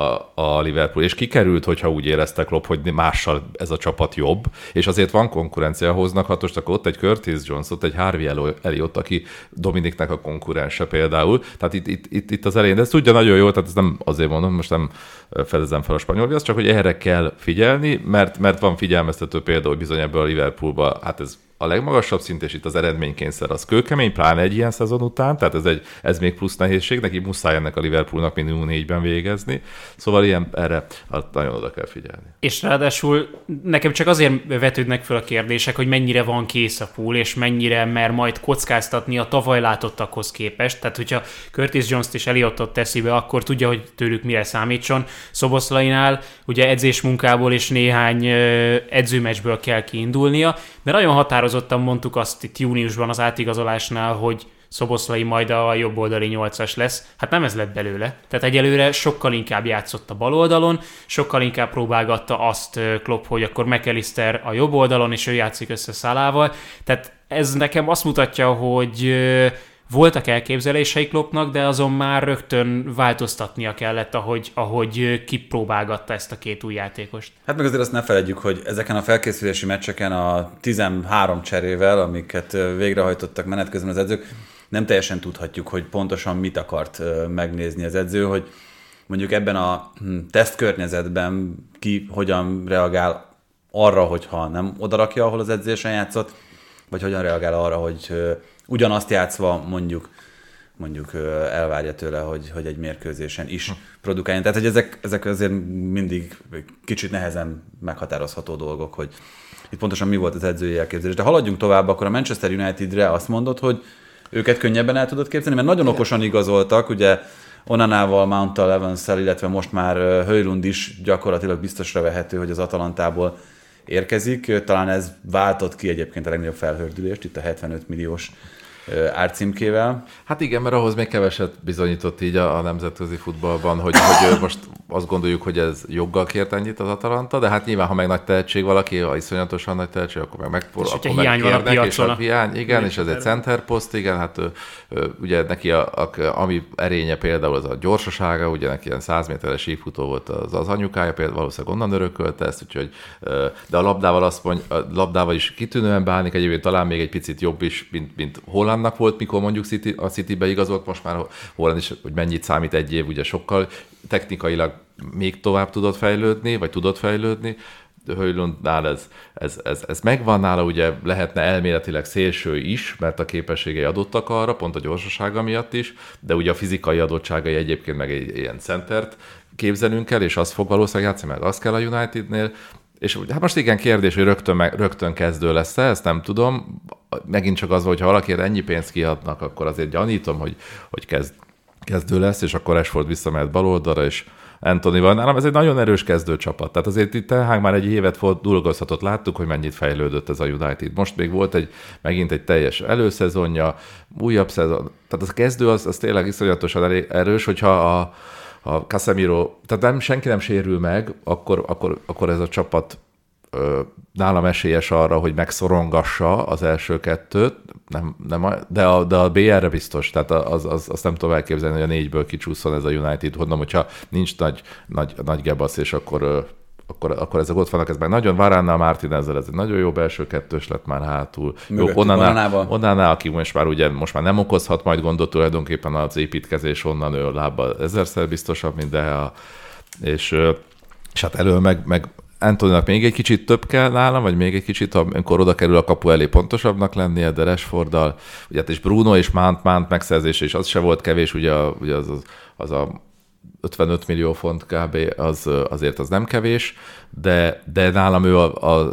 a Liverpool, és kikerült, hogyha úgy éreztek Klopp, hogy mással ez a csapat jobb, és azért van konkurencia, hoznak hatost, akkor ott egy Curtis Jones, ott egy Harvey Elliott, aki Dominiknek a konkurense például. Tehát itt az elején, de ezt tudja nagyon jól, tehát ezt nem azért mondom, most nem fedezem fel a spanyol viaszt, csak hogy erre kell figyelni, mert van figyelmeztető példa, hogy bizony ebből a Liverpoolba, hát ez a legmagasabb szint, és itt az eredménykényszer az kőkemény, pláne egy ilyen szezon után, tehát ez még plusz nehézség, neki muszáj ennek a Liverpoolnak minimum 4-ben végezni, szóval erre nagyon oda kell figyelni. És ráadásul nekem csak azért vetődnek fel a kérdések, hogy mennyire van kész a pool, és mennyire mer majd kockáztatni a tavaly látottakhoz képest, tehát hogyha Curtis Jones-t és Elliotot teszi be, akkor tudja, hogy tőlük mire számítson. Szoboszlainál ugye edzésmunkából és néhány edzőmeccsből kell kiindulnia, de nagyon határozottan mondtuk azt itt júniusban az átigazolásnál, hogy Szoboszlai majd a jobboldali 8-as lesz. Hát nem ez lett belőle. Tehát egyelőre sokkal inkább játszott a bal oldalon, sokkal inkább próbálgatta azt Klopp, hogy akkor McAllister a jobb oldalon, és ő játszik össze Salával. Tehát ez nekem azt mutatja, hogy voltak elképzelései Kloppnak, de azon már rögtön változtatnia kellett, ahogy kipróbálgatta ezt a két új játékost. Hát meg azért azt ne feledjük, hogy ezeken a felkészülési meccseken a 13 cserével, amiket végrehajtottak menet közben az edzők, nem teljesen tudhatjuk, hogy pontosan mit akart megnézni az edző, hogy mondjuk ebben a tesztkörnyezetben ki hogyan reagál arra, hogyha nem odarakja, ahol az edzésen játszott, vagy hogyan reagál arra, hogy ugyanazt játszva mondjuk elvárja tőle, hogy egy mérkőzésen is produkáljon. Tehát, hogy ezek azért mindig kicsit nehezen meghatározható dolgok, hogy itt pontosan mi volt az edzői elképzelés. De haladjunk tovább, akkor a Manchester Unitedre azt mondod, hogy őket könnyebben el tudod képzelni, mert nagyon okosan igazoltak, ugye Onanával, Mounttal, Evansszel, illetve most már Højlund is gyakorlatilag biztosra vehető, hogy az Atalantából érkezik. Talán ez váltott ki egyébként a legnagyobb felhördülést, itt a 75 milliós árcímkével. Hát igen, mert ahhoz még keveset bizonyított így a nemzetközi futballban, hogy most azt gondoljuk, hogy ez joggal kért ennyit az Atalanta, de hát nyilván, ha meg nagy tehetség valaki, ha iszonyatosan nagy tehetség, akkor megkérnek, és a hiány, igen, és ez egy center post, igen, hát ugye neki ami erénye például az a gyorsasága, ugye neki ilyen 100 méteres sífutó volt az anyukája, például valószínűleg onnan örökölte ezt, úgyhogy, de a labdával azt mondja, a labdával is kitűnően bánik, egyébként talán még egy picit jobb is, mint Hollandnak volt, mikor mondjuk a Citybe igazolt, most már Holland is, hogy mennyit számít egy év, ugye sokkal technikailag még tovább tudott fejlődni, Højlundnál ez megvan nála, ugye lehetne elméletileg szélső is, mert a képességei adottak arra, pont a gyorsasága miatt is, de ugye a fizikai adottságai egyébként meg egy ilyen centert képzelünk el, és az fog valószínűleg játszani, meg az kell a Unitednél, és hát most igen, kérdés, hogy rögtön kezdő lesz-e, ezt nem tudom. Megint csak az, hogy ha valakiért ennyi pénzt kiadnak, akkor azért gyanítom, hogy kezdő lesz, és akkor Rashford visszamehet baloldalra, és Antony van nálam. Ez egy nagyon erős kezdőcsapat. Tehát azért itt Ten már egy évet dolgozhatott, láttuk, hogy mennyit fejlődött ez a United. Most még volt megint egy teljes előszezonja, újabb szezon. Tehát az kezdő az tényleg iszonyatosan erős, hogyha ha Casemiro, tehát senki nem sérül meg, akkor ez a csapat nálam esélyes arra, hogy megszorongassa az első kettőt, de a BR-re biztos, tehát azt nem tudom elképzelni, hogy a 4-ből kicsúszson ez a United, mondom, hogyha nincs nagy gebasz, és akkor ezek ott vannak, ez meg nagyon Varánnal, Martinezzel, ez egy nagyon jó belső kettős lett már hátul. Onana, aki most már nem okozhat majd gondot tulajdonképpen az építkezés, onnan ő lábbal ezerszer biztosabb, mint Dehea, és hát elől meg Antonynak még egy kicsit több kell nálam, vagy még egy kicsit, amikor oda kerül a kapu elé pontosabbnak lennie, de Rashforddal, ugye, és Bruno és Mount megszerzése is az se volt kevés, ugye az a 55 millió font kb. Azért az nem kevés, de nálam ő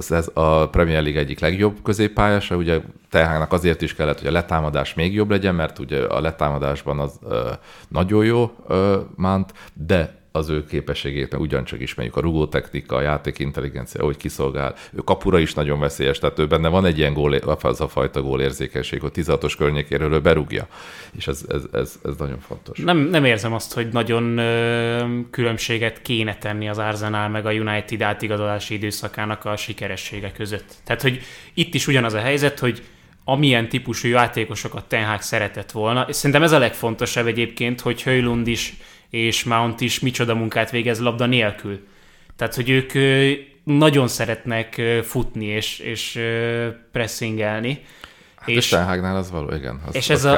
a Premier League egyik legjobb középpályása, ugye Ten Hagnak azért is kellett, hogy a letámadás még jobb legyen, mert ugye a letámadásban az nagyon jó Mount, de az ő képességét, mert ugyancsak ismerjük a rugótechnika, a játékintelligencia, ahogy kiszolgál. Ő kapura is nagyon veszélyes, tehát ő benne van egy ilyen az a fajta gólérzékenység, hogy 16-os környékéről ő berúgja, és ez nagyon fontos. Nem érzem azt, hogy nagyon különbséget kéne tenni az Arsenal meg a United átigazolási időszakának a sikeressége között. Tehát, hogy itt is ugyanaz a helyzet, hogy amilyen típusú játékosokat Ten Hag szeretett volna, és szerintem ez a legfontosabb egyébként, hogy Højlund is és Mount is micsoda munkát végez labda nélkül. Tehát, hogy ők nagyon szeretnek futni és pressingelni. És Ten Hagnál az való, igen. És ez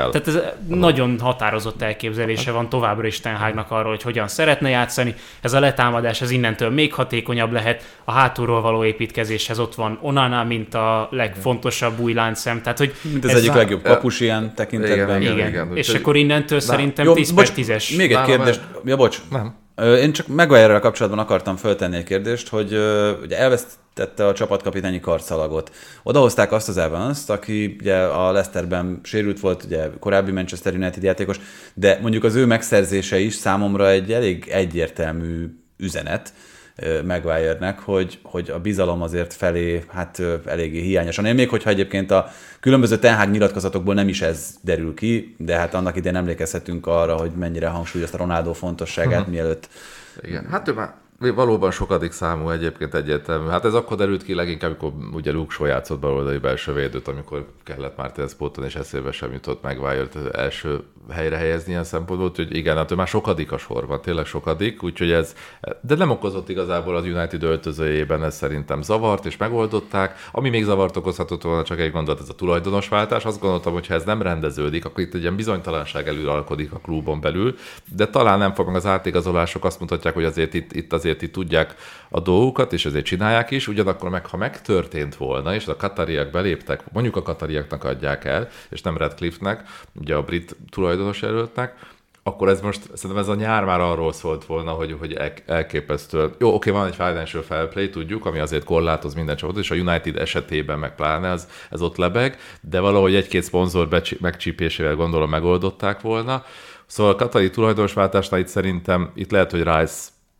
nagyon határozott elképzelése van továbbra is Ten Hagnak arról, hogy hogyan szeretne játszani. Ez a letámadás az innentől még hatékonyabb lehet. A hátulról való építkezéshez ott van Onana, mint a legfontosabb új láncszem. Tehát, hogy mint az egyik legjobb kapus ilyen tekintetben. Igen. És akkor innentől szerintem 10/10-es. Még egy kérdés. Ja, bocs. Nem. Én csak Maguire-rel kapcsolatban akartam föltenni egy kérdést, hogy ugye elvesztette a csapatkapitányi karszalagot. Odahozták azt az Evans-t, aki ugye a Leicesterben sérült volt, ugye korábbi Manchester United játékos, de mondjuk az ő megszerzése is számomra egy elég egyértelmű üzenet Maguire-nek, hogy a bizalom azért felé hát eléggé hiányosan. Én még hogyha egyébként a különböző Ten Hag nyilatkozatokból nem is ez derül ki, de hát annak idején emlékezhetünk arra, hogy mennyire hangsúlyozta Ronaldo fontosságát, mielőtt... Igen, hát ő már valóban sokadik számú egyébként egyértelmű. Hát ez akkor derült ki leginkább, amikor ugye Luke Shaw játszott baloldali belső védőt, amikor kellett Martinez póton, és eszébe sem jutott Maguire-t első helyre helyezni ilyen szempontból, úgyhogy igen, hát ő már sokadik a sorban, tényleg sokadik, úgyhogy ez, de nem okozott igazából az United öltözőjében, ez szerintem zavart, és megoldották. Ami még zavart okozhatott volna, csak egy gondolat, ez a tulajdonosváltás. Azt gondoltam, hogy ha ez nem rendeződik, akkor itt egy ilyen bizonytalanság előalkodik a klubon belül, de talán nem fognak az átigazolások, azt mutatják, hogy azért itt tudják a dolgokat, és ezért csinálják is, ugyanakkor meg, ha megtörtént volna, és a katariak beléptek, mondjuk a katariaknak adják el, és nem Radcliffe-nek, ugye a brit tulajdonos jelöltnek, akkor ez most, szerintem ez a nyár már arról szólt volna, hogy elképesztő. Jó, oké, van egy financial fair play, tudjuk, ami azért korlátoz minden csapatot, és a United esetében meg pláne ez ott lebeg, de valahogy egy-két szponzor megcsípésével gondolom megoldották volna. Szóval a katari tulajdonosváltásnál itt szerintem, itt lehet, hogy Rice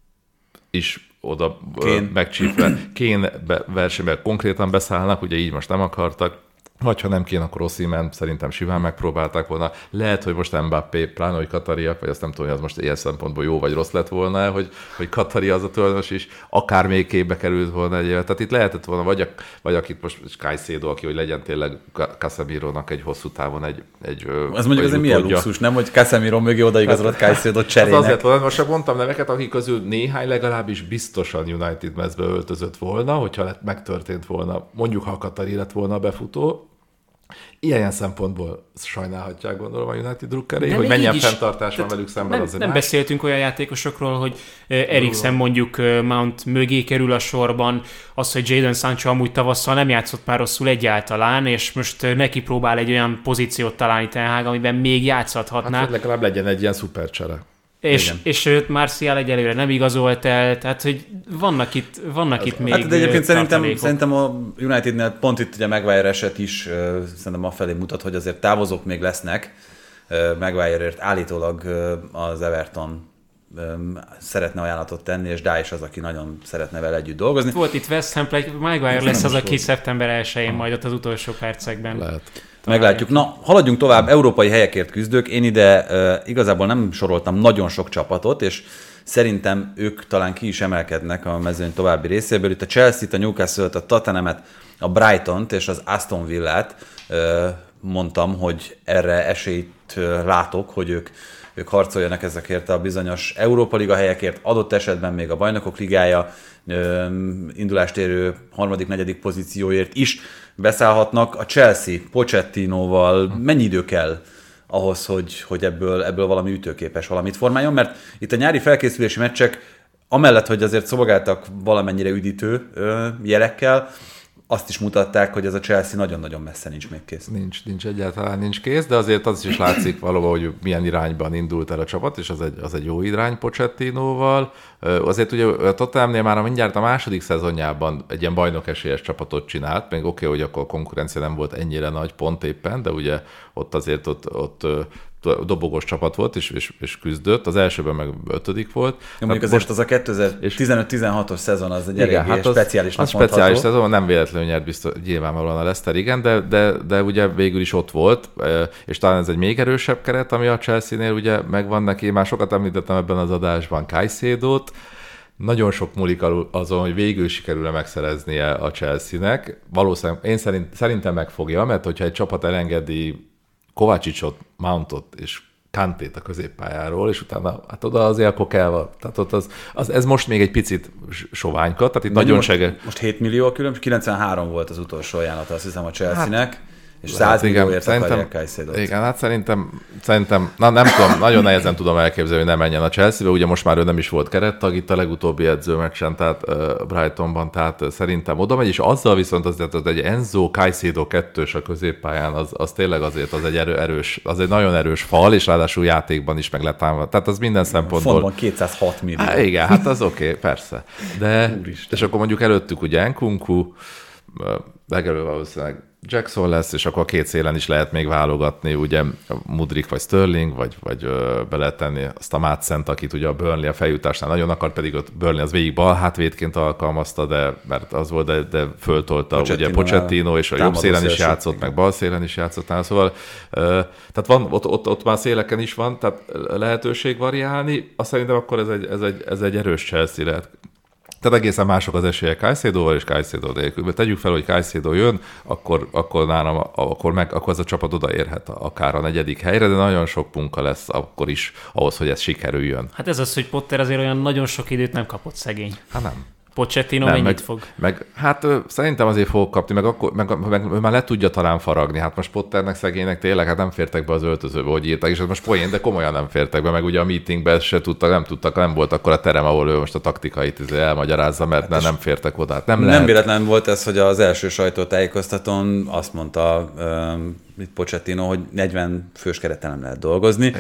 is oda megcsípve. Kane versenyben konkrétan beszállnak, ugye így most nem akartak, vagy ha nem Kane, akkor Osimhen szerintem simán megpróbálták volna. Lehet, hogy most Mbappé, pláne, hogy katariak, vagy azt nem tudom, hogy az most ilyen szempontból jó vagy rossz lett volna, hogy Katari az a tulajdonos is, akár még képbe került volna egy évet. Tehát itt lehetett volna, vagy akit most Caicedo, aki hogy legyen tényleg Casemirónak egy hosszú távon egy az mondjuk azért milyen luxus, nem? Hogy Casemiro mögé odaigazolott Caicedo cserének. Az azért volna, most mondtam neveket, akik közül néhány legalábbis biztosan United mezbe öltözött volna, hogyha megtörtént volna, mondjuk ha Katari lett volna a befutó. Ilyen szempontból sajnálhatják, gondolom, a United drukkerei, hogy mennyien fenntartás van velük szemben. Nem beszéltünk olyan játékosokról, hogy Eriksen mondjuk Mount mögé kerül a sorban, az, hogy Jadon Sancho amúgy tavasszal nem játszott már rosszul egyáltalán, és most neki próbál egy olyan pozíciót találni Ten Hag, amiben még játszhathatná. Hát, hogy legalább legyen egy ilyen szupercsere. És őt Martial egyelőre nem igazolt el, tehát hogy vannak itt még. Hát de egyébként szerintem a Unitednél pont itt ugye Maguire eset is szerintem afelé mutat, hogy azért távozók még lesznek. Maguireért állítólag az Everton szeretne ajánlatot tenni, és Dyche az, aki nagyon szeretne vele együtt dolgozni. Volt itt West Ham, Maguire lesz az, aki szeptember 1-én majd ott az utolsó percekben. Lehet. Meglátjuk. Na, haladjunk tovább. Európai helyekért küzdők. Én ide igazából nem soroltam nagyon sok csapatot, és szerintem ők talán ki is emelkednek a mezőny további részéből. Itt a Chelsea-t, a Newcastle-t, a Tottenhamet, a Brightont és az Aston Villát mondtam, hogy erre esélyt látok, hogy ők harcoljanak ezekért a bizonyos Európa Liga helyekért, adott esetben még a Bajnokok Ligája indulást érő harmadik-negyedik pozícióért is beszállhatnak. A Chelsea Pochettinóval mennyi idő kell ahhoz, hogy ebből valami ütőképes valamit formáljon, mert itt a nyári felkészülési meccsek amellett, hogy azért szolgáltak valamennyire üdítő jelekkel, azt is mutatták, hogy ez a Chelsea nagyon-nagyon messze nincs még kész. Nincs egyáltalán nincs kész, de azért az is látszik valóban, hogy milyen irányban indult el a csapat, és az egy jó irány Pochettinóval. Azért ugye a Tottenhamnél már mindjárt a második szezonjában egy ilyen bajnokesélyes csapatot csinált, még oké, hogy akkor a konkurencia nem volt ennyire nagy pont éppen, de ugye ott azért ott dobogós csapat volt, és küzdött. Az elsőben meg 5. volt. Ja, mondjuk azért az a 2015-16-os szezon az egy eléggé speciálisnak mondható. Speciális szezon, nem véletlenül nyert biztos, nyilvánvalóan a Leicester, igen, de ugye végül is ott volt, és talán ez egy még erősebb keret, ami a Chelsea-nél ugye megvan neki. Én már sokat említettem ebben az adásban Caicedo-t. Nagyon sok múlik azon, hogy végül sikerül-e megszereznie a Chelsea-nek. Valószínűleg én szerintem megfogja, mert hogyha egy csapat elengedi Kovácsicsot, Mountot és Kantét a középpályáról, és utána hát oda azért akkor kell, tehát ott ez most még egy picit soványka, tehát itt nagyon most 7 millió a különbség, 93 volt az utolsó ajánlata, azt hiszem a Chelsea-nek, és 100 millióért akarják Caicedo-t. Igen, hát szerintem nem tudom, nagyon nehezen tudom elképzelni, hogy ne menjen a Chelsea-be, ugye most már ő nem is volt kerettag itt a legutóbbi edzőmeccsen, tehát Brightonban, tehát szerintem oda megy, és azzal viszont azért az egy Enzo Caicedo 2-ös a középpályán, az tényleg azért az egy erős, az egy nagyon erős fal, és ráadásul játékban is meg letámad. Tehát az minden szempontból... Fondban 206 millió. Igen, hát az oké, persze. De, és akkor mondjuk előttük ugye Nkunku, legelő valószínűleg Jackson lesz, és akkor a két szélen is lehet még válogatni, ugye Mudryk vagy Sterling, vagy be lehet tenni azt a Madsent, akit ugye a Burnley a feljutásnál nagyon akart, pedig ott Burnley az végig bal hátvédként alkalmazta, mert az volt, de föltolta ugye Pochettino, és a jobb szélen is játszott, igen. Meg bal szélen is játszott, szóval tehát van, ott már széleken is van, tehát lehetőség variálni, azt szerintem akkor ez egy erős Chelsea lehet. Tehát egészen mások az esélyek Caicedoval és Caicedo nélkül. Tegyük fel, hogy Caicedo jön, akkor nálam, akkor ez a csapat odaérhet akár a 4. helyre, de nagyon sok munka lesz akkor is ahhoz, hogy ez sikerüljön. Hát ez az, hogy Potter azért olyan nagyon sok időt nem kapott szegény. Hát nem. Pochettino mennyit fog? Hát szerintem azért fog kapni, meg már le tudja talán faragni. Hát most Potternek, szegénynek tényleg hát nem fértek be az öltözőbe, hogy írták, és ez most poén, de komolyan nem fértek be, meg ugye a meetingben se tudtak, nem volt akkor a terem, ahol ő most a taktikait elmagyarázza, mert hát nem fértek oda. Hát nem véletlen volt ez, hogy az első sajtótájékoztatón azt mondta Pochettino, hogy 40 fős kerettel nem lehet dolgozni.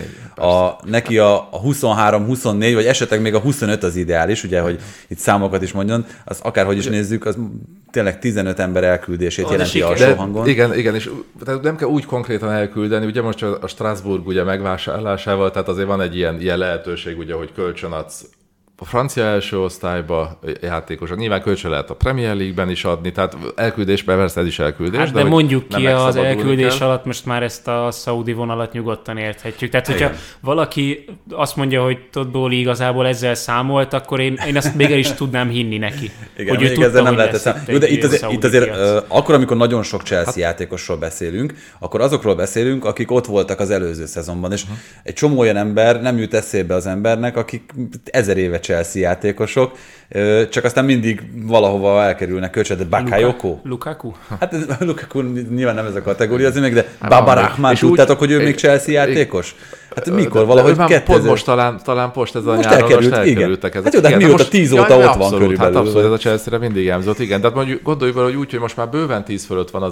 Neki a 23-24, vagy esetleg még a 25 az ideális, ugye, hogy itt számokat is mondjon, az akárhogy is nézzük, az tényleg 15 ember elküldését jelenti alsó hangon. Igen, és nem kell úgy konkrétan elküldeni, ugye most a Strasbourg ugye megvásárlásával, tehát azért van egy ilyen lehetőség, ugye, hogy kölcsönadsz a francia első osztályba játékosok. Nyilván kölcsön lehet a Premier League-ben is adni, tehát elküldésben persze ez is elküldés. Hát de mondjuk ki az elküldés alatt most már ezt a szaudi vonalat nyugodtan érthetjük. Tehát, hogyha valaki azt mondja, hogy Todd Bowley igazából ezzel számolt, akkor én ezt még el is tudnám hinni neki. Igen, hogy ő tudta, ezzel nem lehet számolni. De itt azért akkor, amikor nagyon sok Chelsea játékosról beszélünk, akkor azokról beszélünk, akik ott voltak az előző szezonban, és egy csomó olyan ember nem jut eszébe az embernek, akik 1000 éve Chelsea játékosok, csak aztán mindig valahova elkerülnek kölcsönbe. Bakayoko? Lukaku? Hát Lukaku nyilván nem ez a kategória, azért még, de Baba Rahman, tudtátok, hogy ő még Chelsea játékos? Hát mikor? Valahogy 2000... Pont most talán most ez a nyáron most elkerültek ezek. Hát jó, de mióta 10 óta ott van körülbelül. Hát abszolút, ez a Chelsea-re mindig elmzott, igen. Tehát mondjuk gondolj vele, hogy úgy, hogy most már bőven 10 fölött van az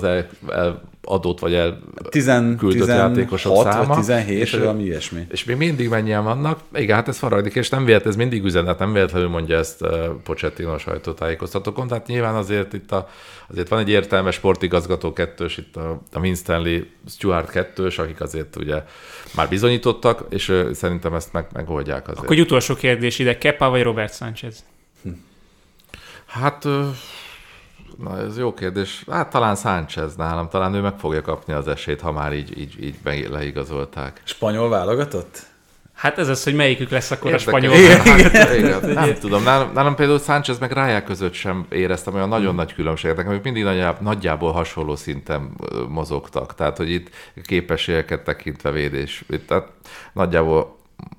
eladott vagy elküldött játékosok száma. 16 vagy 17, valami ilyesmi. És még mindig mennyien vannak. Igen, hát ez faragdik, és nem véletlen, ez mindig üzenet, nem véletlenül mondja ezt Pochettino sajtótájékoztatókon. Tehát nyilván azért itt azért van egy értelmes sportigazgató 2-ös, itt a Winstanley Stuart 2-ös, akik azért ugye már bizonyítottak, és szerintem ezt megoldják azért. Akkor egy utolsó kérdés ide, Kepa vagy Robert Sánchez? Hát Na, ez jó kérdés. Hát talán Sánchez nálam, talán ő meg fogja kapni az esélyt, ha már így leigazolták. Spanyol válogatott? Hát ez az, hogy melyikük lesz akkor a spanyol. Igen. Nem tudom, nálam például Sánchez meg Rájá között sem éreztem olyan nagyon nagy különbséget, amik mindig nagyjából hasonló szinten mozogtak. Tehát, hogy itt képességeket tekintve védés. Tehát nagyjából.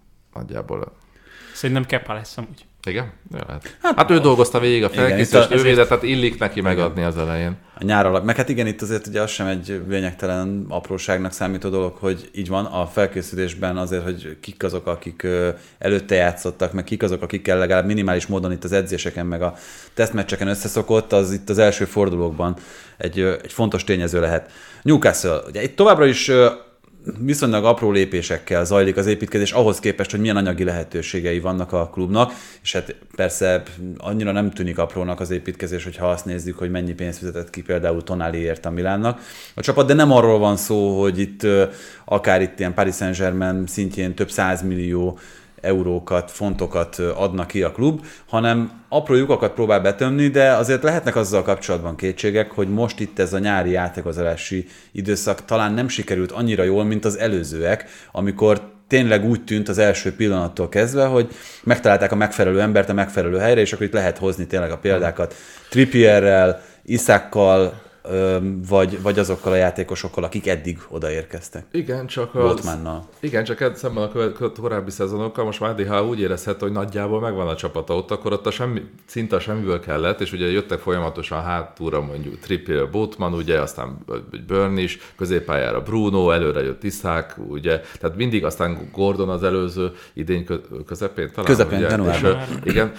Szerintem Kepa lesz amúgy. Igen? Hát ő dolgozta végig a felkészülést, ő védett, tehát illik neki megadni az elején. A nyár alatt. Meg hát igen, itt azért ugye az sem egy lényegtelen apróságnak számító dolog, hogy így van a felkészülésben azért, hogy kik azok, akik előtte játszottak, meg kik azok, akikkel legalább minimális módon itt az edzéseken, meg a tesztmeccseken összeszokott, az itt az első fordulókban egy fontos tényező lehet. Newcastle, ugye itt továbbra is viszonylag apró lépésekkel zajlik az építkezés ahhoz képest, hogy milyen anyagi lehetőségei vannak a klubnak, és hát persze annyira nem tűnik aprónak az építkezés, hogyha azt nézzük, hogy mennyi pénzt fizetett ki például Tonaliért a Milánnak a csapat, de nem arról van szó, hogy itt akár itt ilyen Paris Saint-Germain szintjén több 100 millió eurókat, fontokat adnak ki a klub, hanem apró lyukakat próbál betömni, de azért lehetnek azzal kapcsolatban kétségek, hogy most itt ez a nyári játékozási időszak talán nem sikerült annyira jól, mint az előzőek, amikor tényleg úgy tűnt az első pillanattól kezdve, hogy megtalálták a megfelelő embert a megfelelő helyre, és akkor itt lehet hozni tényleg a példákat Trippierrel, Isákkal, vagy azokkal a játékosokkal, akik eddig odaérkeztek. Igen, csak szemben a korábbi szezonokkal most már DH úgy érezhet, hogy nagyjából megvan a csapata ott, akkor ott szinte a semmiből kellett, és ugye jöttek folyamatosan hátulra mondjuk Trippier, Botman, ugye, aztán Burn is, középpályára Bruno, előre jött Iszák, ugye, tehát mindig aztán Gordon az előző idény közepén talán. Közepén, januárban. Igen,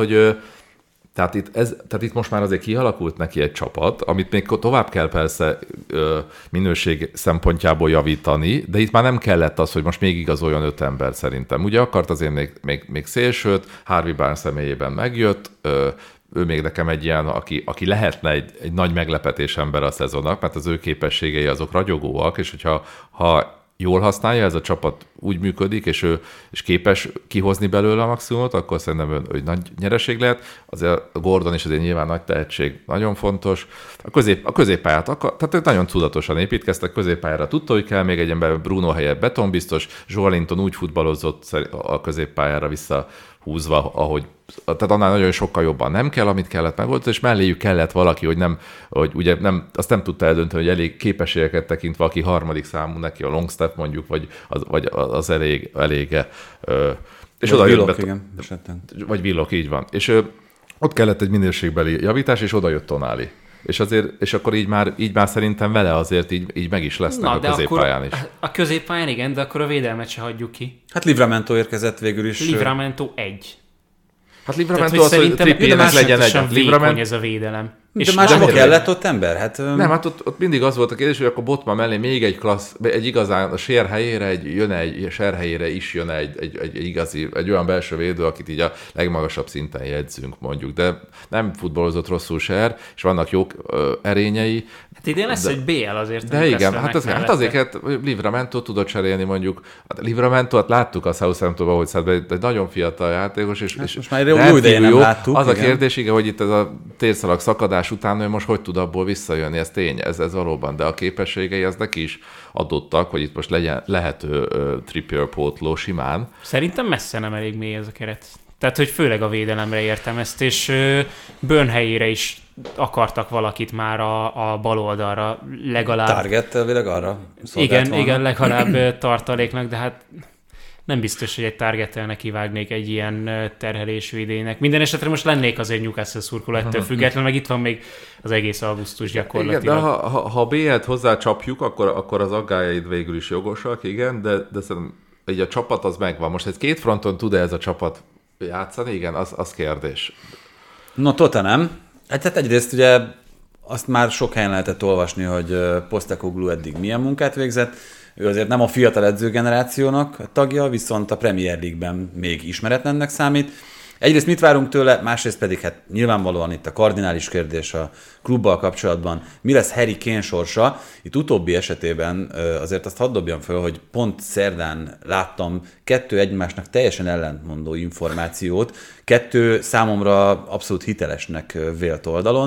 tehát itt most már azért kialakult neki egy csapat, amit még tovább kell persze minőség szempontjából javítani, de itt már nem kellett az, hogy most még igazoljon 5 ember szerintem. Ugye akart azért még szélsőt, Harvey Barnes személyében megjött, ő még nekem egy ilyen, aki lehetne egy nagy meglepetés ember a szezonnak, mert az ő képességei azok ragyogóak, és hogyha jól használja, ez a csapat úgy működik, és képes kihozni belőle a maximumot, akkor szerintem hogy nagy nyereség lehet. Azért a Gordon is azért nyilván nagy tehetség, nagyon fontos. A középpályát tehát nagyon tudatosan építkeztek, középpályára tudta, hogy kell még egy ember, Bruno helyett betonbiztos, Joelinton úgy futballozott a középpályára visszahúzva, ahogy tehát annál nagyon sokkal jobban nem kell, amit kellett megoldani, és melléjük kellett valaki, hogy ugye azt nem tudta eldönteni, hogy elég képességeket tekintve, aki harmadik számú neki, a Longstaff mondjuk, vagy az elége. És vagy Willock, igen. Vagy Willock, így van. És ott kellett egy minőségbeli javítás, és oda jött Tonali. És akkor így már szerintem vele azért így meg is lesznek a középpályán is. A középpályán igen, de akkor a védelmet se hagyjuk ki. Hát Livramento érkezett végül is. Livramento 1. Hát Livramento az, hogy Trippiernek legyen egy. Vékony ez a védelem. De máshol kellett ott ember? Hát, nem, hát ott mindig az volt a kérdés, hogy akkor Botman mellé még egy igazán a sér helyére jön egy igazi, egy olyan belső védő, akit így a legmagasabb szinten jegyzünk mondjuk, de nem futballozott rosszul Sér, és vannak jó erényei. Hát idén lesz egy BL azért. De igen, hát azért Livramento tudott cserélni mondjuk. Hát Livramento-t láttuk a Southamptonban, hogy egy nagyon fiatal játékos, és most már jó idején nem láttuk. Az igen. A kérdés, igen, hogy itt ez a térszalag szakadás után ő most hogy tud abból visszajönni, ez tény, ez valóban, de a képességei az neki is adottak, hogy itt most lehető Trippier pótló simán. Szerintem messze nem elég mély ez a keret. Tehát, hogy főleg a védelemre értem ezt, és Burn helyére is akartak valakit már a bal oldalra legalább. Target-elvileg arra igen, legalább tartaléknak, de hát nem biztos, hogy egy Targettel nekivágnék egy ilyen terhelésű idénynek. Minden esetre most lennék azért Newcastle szurkoló ettől függetlenül, meg itt van még az egész augusztus gyakorlatilag. Igen, de ha BL-t hozzácsapjuk, akkor az aggályaid végül is jogosak, igen, de szerintem így a csapat az megvan. Most egy két fronton tud-e ez a csapat játszani? Igen, az kérdés. No, nem. Hát egyrészt ugye azt már sok helyen lehetett olvasni, hogy Postecoglou eddig milyen munkát végzett. Ő azért nem a fiatal edzőgenerációnak tagja, viszont a Premier League-ben még ismeretlennek számít. Egyrészt mit várunk tőle, másrészt pedig hát nyilvánvalóan itt a kardinális kérdés a klubbal kapcsolatban. Mi lesz Harry Kane sorsa? Itt utóbbi esetében azért azt hadd dobjam föl, hogy pont szerdán láttam 2 egymásnak teljesen ellentmondó információt, 2 számomra abszolút hitelesnek vélt oldalon.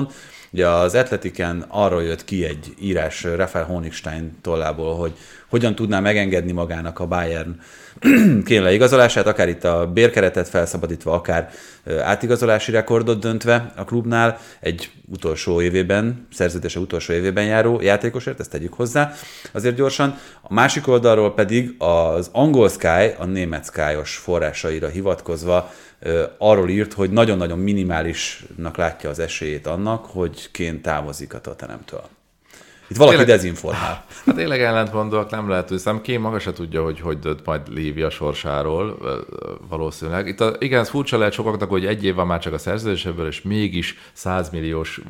Ugye az Atletiken arról jött ki egy írás Raphael Honigstein tollából, hogy hogyan tudná megengedni magának a Bayern Kane leigazolását, akár itt a bérkeretet felszabadítva, akár átigazolási rekordot döntve a klubnál, egy szerződése utolsó évében járó játékosért, ezt tegyük hozzá azért gyorsan. A másik oldalról pedig az angol Sky, a német Sky-os forrásaira hivatkozva arról írt, hogy nagyon-nagyon minimálisnak látja az esélyét annak, hogy Kane távozik a Tottenhamtől. Itt valaki dezinformál. Hát tényleg ellentmondóak nem lehet, hiszem Kane maga se tudja, hogy dönt majd Levy a sorsáról valószínűleg. Itt igen, ez furcsa lehet sokaknak, hogy egy év van már csak a szerződéséből, és mégis 100 milliós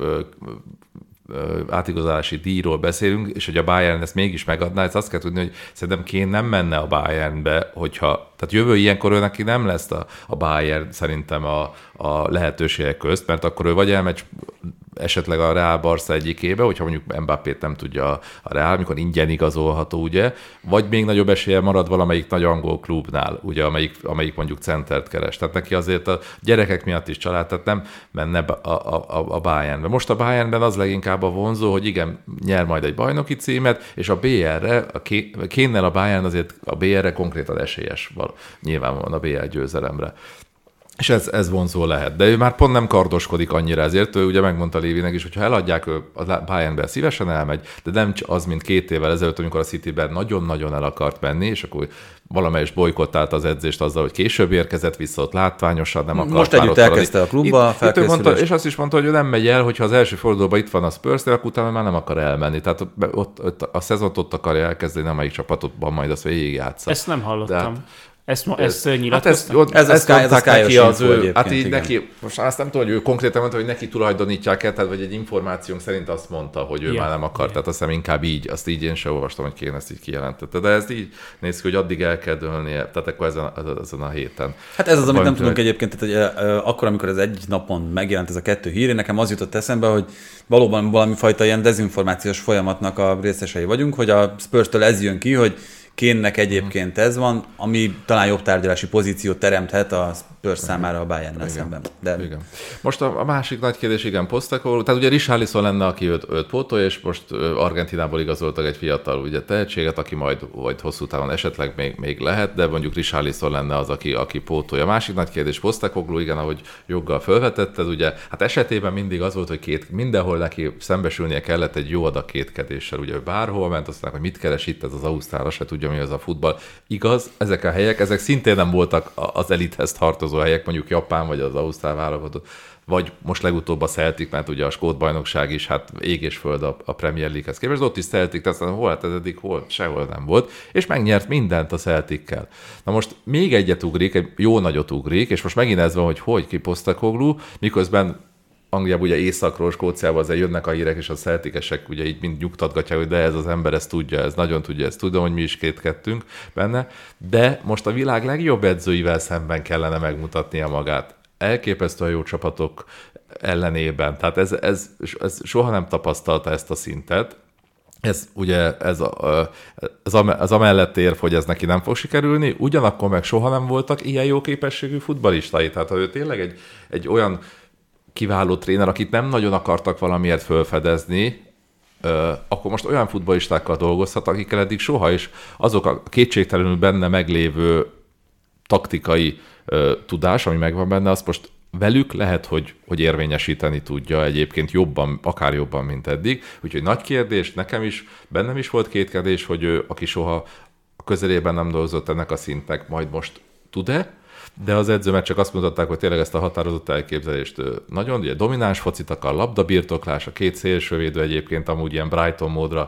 átigazolási díjról beszélünk, és hogy a Bayern ezt mégis megadná, ezt azt kell tudni, hogy szerintem Kane nem menne a Bayernbe, tehát jövő ilyenkor ő neki nem lesz a Bayern szerintem a lehetőségek közt, mert akkor ő vagy elmegy esetleg a Real Barca egyikébe, hogyha mondjuk Mbappét nem tudja a Real, amikor ingyen igazolható, ugye, vagy még nagyobb esélye marad valamelyik nagy angol klubnál, ugye, amelyik mondjuk centert keres. Tehát neki azért a gyerekek miatt is család, tehát nem menne a Bayernbe. Most a Bayernben az leginkább a vonzó, hogy igen, nyer majd egy bajnoki címet, és a BR-re, Kane-nel a Bayern azért a BR-re konkrétan esélyes nyilvánvalóan a BR győzelemre. És ez vonzó lehet. De ő már pont nem kardoskodik annyira, ezért ő ugye megmondta Lévinek is, hogy ha eladják, ő a Bayernbe szívesen elmegy, de nem az, mint 2 évvel ezelőtt, amikor a Cityben nagyon-nagyon el akart menni, és akkor valamelyest bolykottált az edzést azzal, hogy később érkezett vissza, ott látványosan nem akart. Most együtt elkezdte a klubba a felkészülést. És azt is mondta, hogy ő nem megy el, hogyha az első fordulóban itt van a Spurs-nél, akkor utána már nem akar elmenni. Tehát ott a szezont ott akarja elkezdeni, amelyik csapatotban majd azt végigjátsza. Ezt nem hallottam. Ezt nyilatkoztam? Ez a Sky-os info egyébként. Hát így neki, most azt nem tudom, hogy ő konkrétan mondta, hogy neki tulajdonítják el, tehát vagy egy információnk szerint azt mondta, hogy ő már nem akar. Tehát azt hiszem inkább így, azt így én sem olvastam, hogy Kane ezt így kijelentette. De ez így néz ki, hogy addig el kell dőlnie, tehát akkor ezen a héten. Hát ez az, amit nem tudunk egyébként, tehát, hogy akkor, amikor ez egy napon megjelent ez a 2 hír, nekem az jutott eszembe, hogy valóban valami fajta ilyen dezinformációs folyamatnak a részesei vagyunk, hogy a Spurs-től ez jön ki, hogy Kane-nek egyébként ez van, ami talán jobb tárgyalási pozíciót teremthet a Spurs számára a Bayernnel szemben. De... Igen. Most a másik nagy kérdés, igen, Postecoglou, tehát ugye Richarlison lenne, aki őt pótolja, és most Argentinából igazoltak egy fiatal ugye, tehetséget, aki majd hosszú távon esetleg még lehet, de mondjuk Richarlison lenne az, aki pótolja. A másik nagy kérdés Postecoglou, igen, ahogy joggal felvetetted, ugye, hát esetében mindig az volt, hogy mindenhol neki szembesülnie kellett egy jó adag kétkedéssel, ugye bárhol ment, azt mondták, hogy mit keres itt ez az ausztrál, se tudja, mi az a futball. Igaz, ezek a helyek, ezek szintén nem voltak az elithez tartozó helyek, mondjuk Japán vagy az ausztrál válogatott, vagy most legutóbb a Celtic, mert ugye a skót bajnokság is, hát ég és föld a Premier League-hez képest, ott is Celtic, tehát hol hát ez eddig, sehol nem volt, és megnyert mindent a Celtic-kel. Na most még egyet ugrik, egy jó nagyot ugrik, és most megint ez van, hogy ki Postecoglou, miközben Angliában ugye északról, Skóciában azért jönnek a hírek, és a celticesek ugye így mind nyugtatgatják, hogy de ez az ember ezt tudja, ez nagyon tudja, ezt tudom, hogy mi is kétkedtünk benne, de most a világ legjobb edzőivel szemben kellene megmutatnia magát. Elképesztően jó csapatok ellenében, tehát ez soha nem tapasztalta ezt a szintet. Ez ugye az amellett érv, hogy ez neki nem fog sikerülni, ugyanakkor meg soha nem voltak ilyen jó képességű futballistai, tehát ha ő tényleg egy olyan kiváló tréner, akit nem nagyon akartak valamiért felfedezni, akkor most olyan futballistákkal dolgozhat, akikkel eddig soha is azok a kétségtelenül benne meglévő taktikai tudás, ami megvan benne, azt most velük lehet, hogy érvényesíteni tudja egyébként jobban, akár jobban, mint eddig. Úgyhogy nagy kérdés, bennem is volt kétkedés, hogy ő, aki soha a közelében nem dolgozott ennek a szintnek, majd most tud-e, de az edzőmet csak azt mutatták, hogy tényleg ezt a határozott elképzelést nagyon ugye, domináns focit akar, labdabirtoklás, a 2 szélsővédő egyébként amúgy ilyen Brighton módra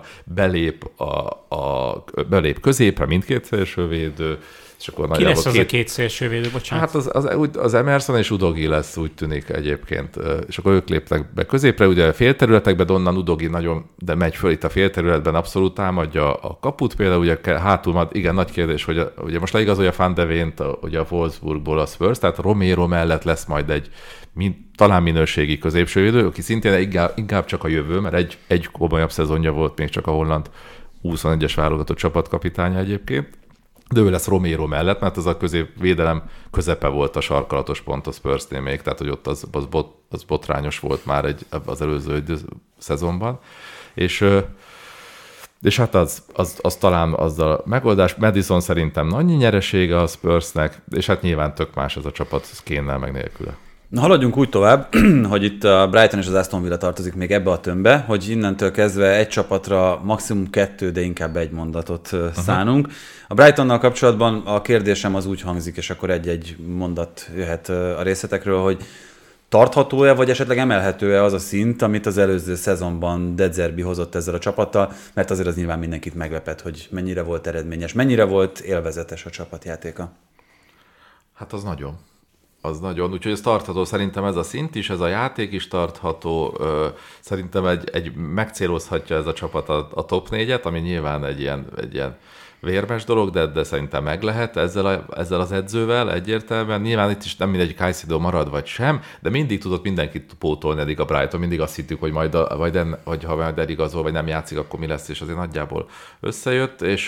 belép középre, mindkét szélsővédő, és akkor ki lesz az a 2 szélsővédő, bocsánat? Hát az Emerson és Udogi lesz, úgy tűnik egyébként, és akkor ők léptek be középre, ugye a félterületekbe, de onnan Udogi nagyon, de megy föl itt a félterületben, abszolút támadja a kaput, például ugye hátul, igen, nagy kérdés, hogy ugye most leigazolja Van de Ven-t ugye a Wolfsburgból a Spurs, tehát Romero mellett lesz majd egy talán minőségi középsővédő, aki szintén inkább csak a jövő, mert egy komolyabb szezonja volt még csak a holland 21-es válogatott csapatkapitánya egyébként. de ő lesz Romero mellett, mert ez a középvédelem közepe volt a sarkalatos pont a Spursnél még, tehát hogy ott az botrányos volt már az előző szezonban. És hát az talán azzal a megoldás. Madison szerintem annyi nyeresége a Spursnek, és hát nyilván tök más ez a csapat Kane-nel meg nélküle. Na, haladjunk úgy tovább, hogy itt a Brighton és az Aston Villa tartozik még ebbe a tömbbe, hogy innentől kezdve egy csapatra maximum 2, de inkább egy mondatot szánunk. A Brightonnal kapcsolatban a kérdésem az úgy hangzik, és akkor egy-egy mondat jöhet a részletekről, hogy tartható-e, vagy esetleg emelhető-e az a szint, amit az előző szezonban De Zerbi hozott ezzel a csapattal, mert azért az nyilván mindenkit meglepett, hogy mennyire volt eredményes, mennyire volt élvezetes a csapatjátéka. Hát az nagyon. Úgyhogy ez tartható, szerintem ez a szint is, ez a játék is tartható, szerintem egy megcélozhatja ez a csapat a top 4-et, ami nyilván egy ilyen vérmes dolog, de szerintem meg lehet ezzel az edzővel egyértelműen. Nyilván itt is nem mindegy, Caicedo marad vagy sem, de mindig tudott mindenkit pótolni eddig a Brighton, mindig azt hittük, hogy vagy ha majd eligazol, vagy nem játszik, akkor mi lesz, és azért nagyjából összejött, és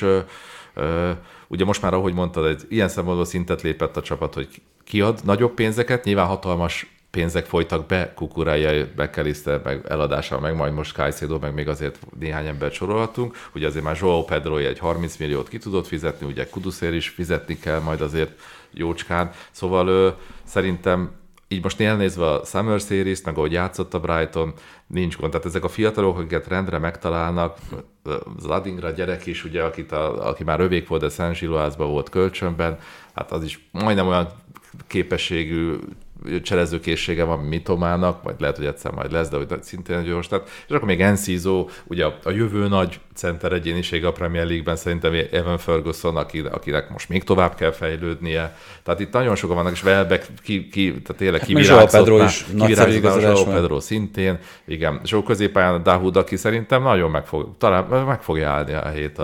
ugye most már, ahogy mondtad, egy ilyen szempontból szintet lépett a csapat, hogy kiad nagyobb pénzeket, nyilván hatalmas pénzek folytak be Kukureya, McAllister, meg eladással, meg majd most Caicedo, meg még azért néhány embert sorolhatunk. Ugye azért már João Pedro egy 30 milliót ki tudott fizetni, ugye Kuduszér is fizetni kell majd azért jócskán. Szóval szerintem így most elnézve a Summer Series-t, meg ahogy játszott a Brighton, nincs gond. Tehát ezek a fiatalok, akiket rendre megtalálnak, az Adingra gyerek is, ugye, aki már övék volt, de Saint Gilloise-ban volt kölcsönben, hát az is majdnem olyan képességű cselezőkészsége van Mitomának, vagy lehet, hogy egyszer majd lesz, de hogy szintén egy gyors. És akkor még Enciso, ugye a jövő nagy center egyénisége a Premier League-ben szerintem Evan Ferguson, akinek most még tovább kell fejlődnie. Tehát itt nagyon sokan vannak, és Welbeck tehát tényleg kivirágzott. João Pedro szintén. Igen. És a középpályán Dahoud, aki szerintem nagyon meg fogja állni a hét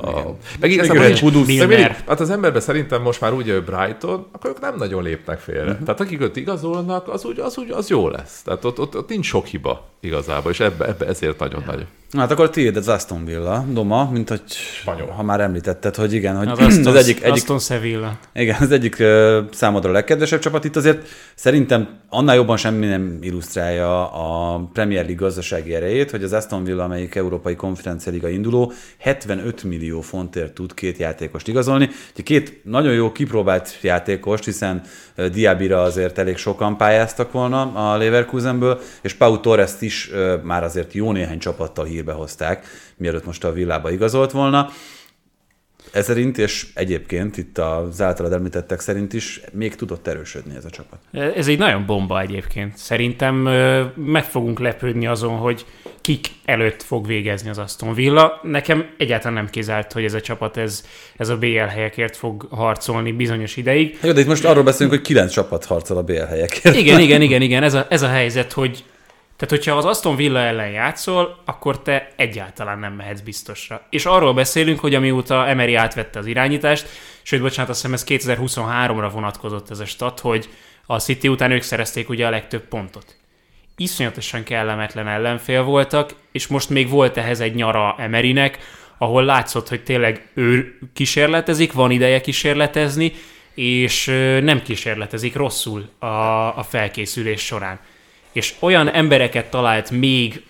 hát az emberben szerintem most már úgy, hogy Brighton, akkor ők nem nagyon lépnek félre. Tehát akik őt igazolnak, az jó lesz. Tehát ott nincs sok hiba igazából, és ebbe ezért nagyon nagy. Hát akkor tiéd az Aston Villa, Doma, mint hogy ha már említetted, hogy igen, hogy az egyik Aston Sevilla. Igen, az egyik számodra a legkedvesebb csapat. Itt azért szerintem annál jobban semmi nem illusztrálja a Premier League gazdasági erejét, hogy az Aston Villa, amelyik Európai Konferencia Liga induló, 75 millió fontért tud 2 játékost igazolni. 2 nagyon jó kipróbált játékost, hiszen Diabira azért elég sokan pályáztak volna a Leverkusenből, és Pau Torrest is már azért jó néhány csapattal hírbe hozták, mielőtt most a Villába igazolt volna. Ez szerint, és egyébként itt az általad említettek szerint is még tudott erősödni ez a csapat. Ez egy nagyon bomba egyébként. Szerintem meg fogunk lepődni azon, hogy kik előtt fog végezni az Aston Villa. Nekem egyáltalán nem kizárt, hogy ez a csapat ez a BL helyekért fog harcolni bizonyos ideig. Jó, de itt most arról beszélünk, hogy 9 csapat harcol a BL helyekért. Igen. Ez a helyzet, hogy tehát, hogyha az Aston Villa ellen játszol, akkor te egyáltalán nem mehetsz biztosra. És arról beszélünk, hogy amióta Emery átvette az irányítást, sőt, bocsánat, azt hiszem ez 2023-ra vonatkozott ez a stat, hogy a City után ők szerezték ugye a legtöbb pontot. Iszonyatosan kellemetlen ellenfél voltak, és most még volt ehhez egy nyara Emerynek, ahol látszott, hogy tényleg ő kísérletezik, van ideje kísérletezni, és nem kísérletezik rosszul a felkészülés során. És olyan embereket talált még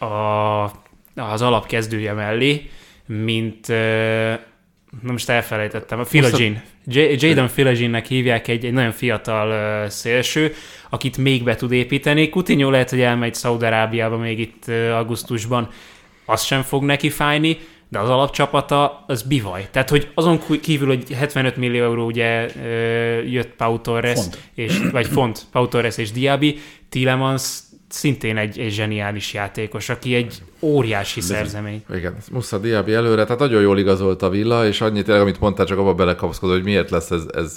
az alapkezdője mellé, mint, most elfelejtettem, a Philogene. Jadon Philogene-nek hívják egy nagyon fiatal szélső, akit még be tud építeni. Coutinho lehet, hogy elmegy Szaúd-Arábiába még itt augusztusban, az sem fog neki fájni, de az alapcsapata az bivaj. Tehát, hogy azon kívül, hogy 75 millió euró ugye jött Pau Torres, Pau Torres és Diaby, Tielemans szintén egy zseniális játékos, aki egy óriási szerzemény. Igen, Moussa Diaby előre, tehát nagyon jól igazolt a Villa, és annyit tényleg, amit mondtál, csak abba belekapaszkodott, hogy miért lesz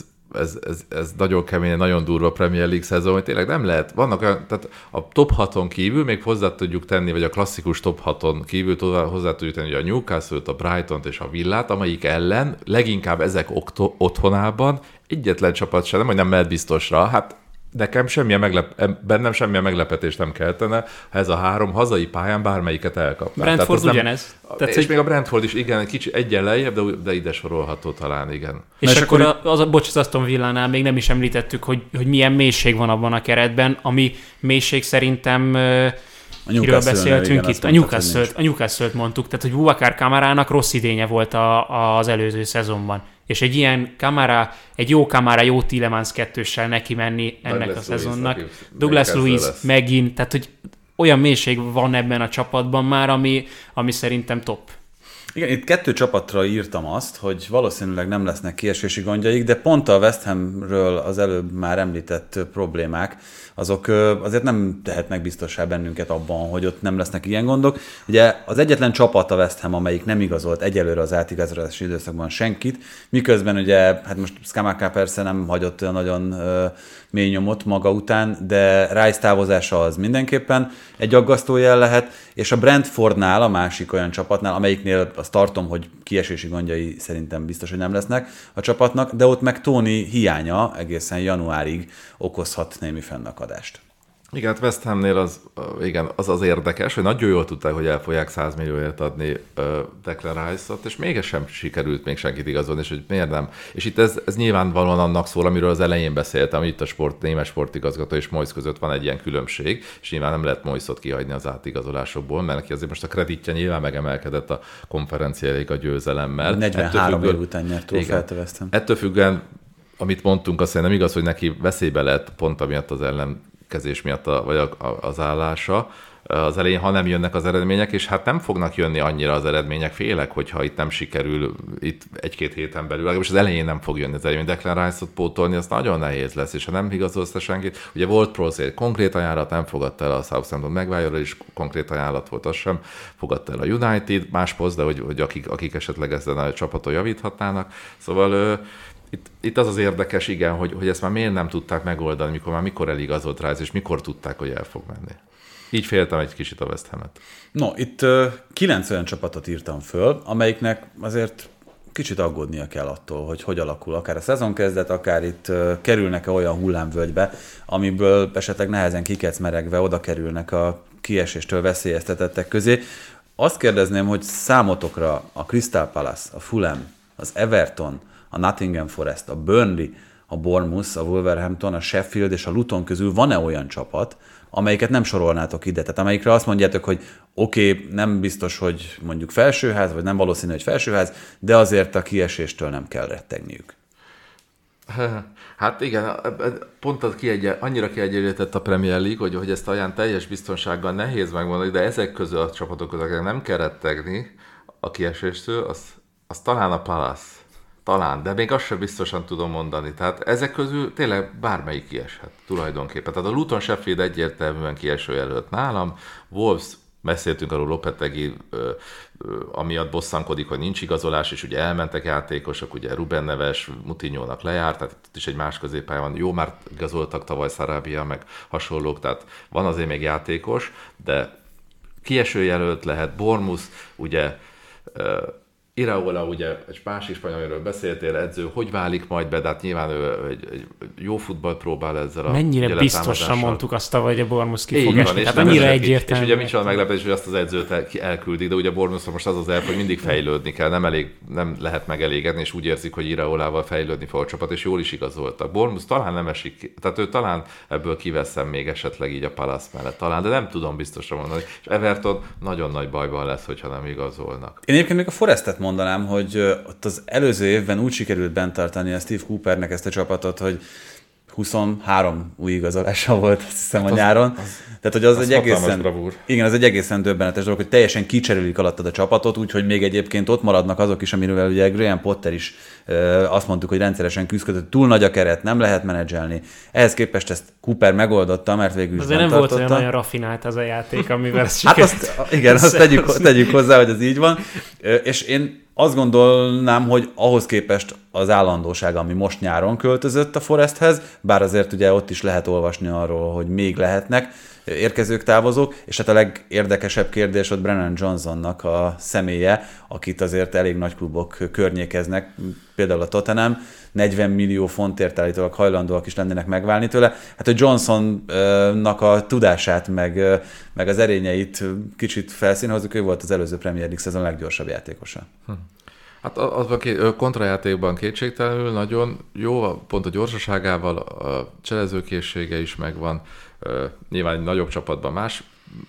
ez nagyon kemény, nagyon durva Premier League szezon, hogy tényleg nem lehet. Vannak olyan, tehát a top 6-on kívül még hozzá tudjuk tenni, vagy a klasszikus top 6-on kívül hozzá tudjuk tenni, hogy a Newcastle-t, a Brightont és a Villát, amelyik ellen leginkább ezek otthonában egyetlen csapat sem, nem, hogy nem mehet biztosra, hát nekem bennem semmilyen meglepetést nem keltene, ha ez a 3 hazai pályán bármelyiket elkapná. Brentford ugyanez. És még a Brentford is igen, egy kicsi egyen lejjebb, de ide sorolható talán, igen. És akkor az Aston Villánál még nem is említettük, hogy milyen mélység van abban a keretben, ami mélység szerintem kiről beszéltünk itt. A Newcastle-t mondtuk, tehát hogy Boubacar Kamarának rossz idénye volt az előző szezonban. És egy ilyen egy jó Kamara, jó Tielemans kettőssel neki menni ennek a szezonnak. Douglas Luiz megint, tehát hogy olyan mélység van ebben a csapatban már, ami szerintem top. Igen, itt 2 csapatra írtam azt, hogy valószínűleg nem lesznek kiesési gondjaik, de pont a West Hamről az előbb már említett problémák, azok azért nem tehetnek biztossá bennünket abban, hogy ott nem lesznek ilyen gondok. Ugye az egyetlen csapat a West Ham, amelyik nem igazolt egyelőre az átigazolási időszakban senkit, miközben ugye, hát most Scamacca persze nem hagyott olyan nagyon mély nyomot maga után, de Rice távozása az mindenképpen egy aggasztó jel lehet, és a Brentfordnál, a másik olyan csapatnál, amelyiknél azt tartom, hogy kiesési gondjai szerintem biztos, hogy nem lesznek a csapatnak, de ott meg Toney hiánya egészen januárig okozhat némi fennakadást. Igen, hát West Hamnél az érdekes, hogy nagyon jól tudták, hogy el fogják 100 millióért adni Declan Rice-ot, és mégsem sikerült még senkit igazolni, és hogy miért nem. És itt ez nyilvánvalóan annak szól, amiről az elején beszéltem, itt a német sportigazgató és Moyes között van egy ilyen különbség, és nyilván nem lehet Moyesot kihagyni az átigazolásokból, mert neki azért most a kreditje nyilván megemelkedett a konferenciáig győzelemmel. 43 év után nyert trófeát a West Ham. Ettől függően, amit mondtunk, azt nem igaz, hogy neki veszélybe lett pont amiatt az ellenkezés miatt vagy az állása az elején, ha nem jönnek az eredmények, és hát nem fognak jönni annyira az eredmények, félek, hogyha itt nem sikerül itt 1-2 héten belül, legalábbis az elején nem fog jönni az eredmény. Declan Rice-ot pótolni, az nagyon nehéz lesz, és ha nem igazolsz te senkit, ugye volt Prozé, konkrét ajánlat nem fogadta el a Southampton Maguire-ra, és konkrét ajánlat volt, az sem fogadta el a United, más posz, de hogy akik esetleg ezen a csapaton javíthatnának. Szóval itt az érdekes, igen, hogy ezt már miért nem tudták megoldani, mikor eligazolt Rice, és mikor tudták, hogy el fog menni. Így féltem egy kicsit a West Hamet. No, itt 9 olyan csapatot írtam föl, amelyiknek azért kicsit aggódnia kell attól, hogy alakul akár a szezonkezdet, akár itt kerülnek-e olyan hullámvölgybe, amiből esetleg nehezen kikecmeregve oda kerülnek a kieséstől veszélyeztetettek közé. Azt kérdezném, hogy számotokra a Crystal Palace, a Fulham, az Everton, a Nottingham Forest, a Burnley, a Bournemouth, a Wolverhampton, a Sheffield és a Luton közül van-e olyan csapat, amelyiket nem sorolnátok ide? Tehát amelyikre azt mondjátok, hogy oké, nem biztos, hogy mondjuk felsőház, vagy nem valószínű, hogy felsőház, de azért a kieséstől nem kell rettegniük. Hát igen, pont az annyira kiegyenlített a Premier League, hogy ezt olyan teljes biztonsággal nehéz megmondani, de ezek közül a csapatok közül nem kell rettegni a kieséstől, az talán a Palace. Talán, de még azt sem biztosan tudom mondani. Tehát ezek közül tényleg bármelyik kieshet tulajdonképpen. Tehát a Luton Sheffield egyértelműen kieső jelölt nálam. Wolves, beszéltünk arról, Lopetegui amiatt bosszankodik, hogy nincs igazolás, és ugye elmentek játékosok, ugye Ruben Neves, Moutinho-nak lejárt, tehát itt is egy más középpálya van. Jó, már igazoltak tavaly Sarabia, meg hasonlók, tehát van azért még játékos, de kieső jelölt lehet. Bournemouth, ugye Iraola, ugye egy másik spanyol, amiről beszéltél, edző, hogy válik majd be, de hát nyilván ő egy jó futballt próbál ezzel a mennyire biztosan mondtuk azt, hogy a Bournemouth ki fog esni. Hát annyira egyértelmű. És ugye micsoda meglepetés, hogy azt az edzőt elküldik, de ugye Bournemouth most az elv, hogy mindig fejlődni kell, nem lehet megelégedni, és úgy érzik, hogy Iraolával fejlődni fog a csapat, és jól is igazoltak. Bournemouth talán nem esik ki, tehát ő talán ebből kiveszem még esetleg így a Palace mellett talán, de nem tudom biztosra mondani. És Everton nagyon nagy bajban lesz, hogyha nem igazolnak. Én egyébként még a Forestet mondanám, hogy ott az előző évben úgy sikerült bent tartani a Steve Coopernek ezt a csapatot, hogy 23 új igazolása volt, azt hiszem, a nyáron. Tehát, hogy az egy egészen, igen, az egy egészen döbbenetes dolog, hogy teljesen kicserülik alattad a csapatot, úgyhogy még egyébként ott maradnak azok is, amiről ugye Graham Potter is azt mondtuk, hogy rendszeresen küzdött, túl nagy a keret, nem lehet menedzselni. Ehhez képest ezt Cooper megoldotta, mert végül is azért nem volt olyan nagyon raffinált az a játék, amivel hát azt tegyük hozzá, hogy ez így van. És én azt gondolnám, hogy ahhoz képest az állandóság, ami most nyáron költözött a Foresthez, bár azért ugye ott is lehet olvasni arról, hogy még lehetnek, érkezők, távozók, és hát a legérdekesebb kérdés ott Brennan Johnsonnak a személye, akit azért elég nagy klubok környékeznek, például a Tottenham, 40 millió fontért állítólag hajlandóak is lennének megválni tőle. Hát, hogy Johnsonnak a tudását, meg az erényeit kicsit felszínhozzuk, ő volt az előző Premier League szezon leggyorsabb játékosa. Hát az a kontrajátékban kétségtelenül nagyon jó, pont a gyorsaságával, a cselezőkészsége is megvan. Nyilván egy nagyobb csapatban más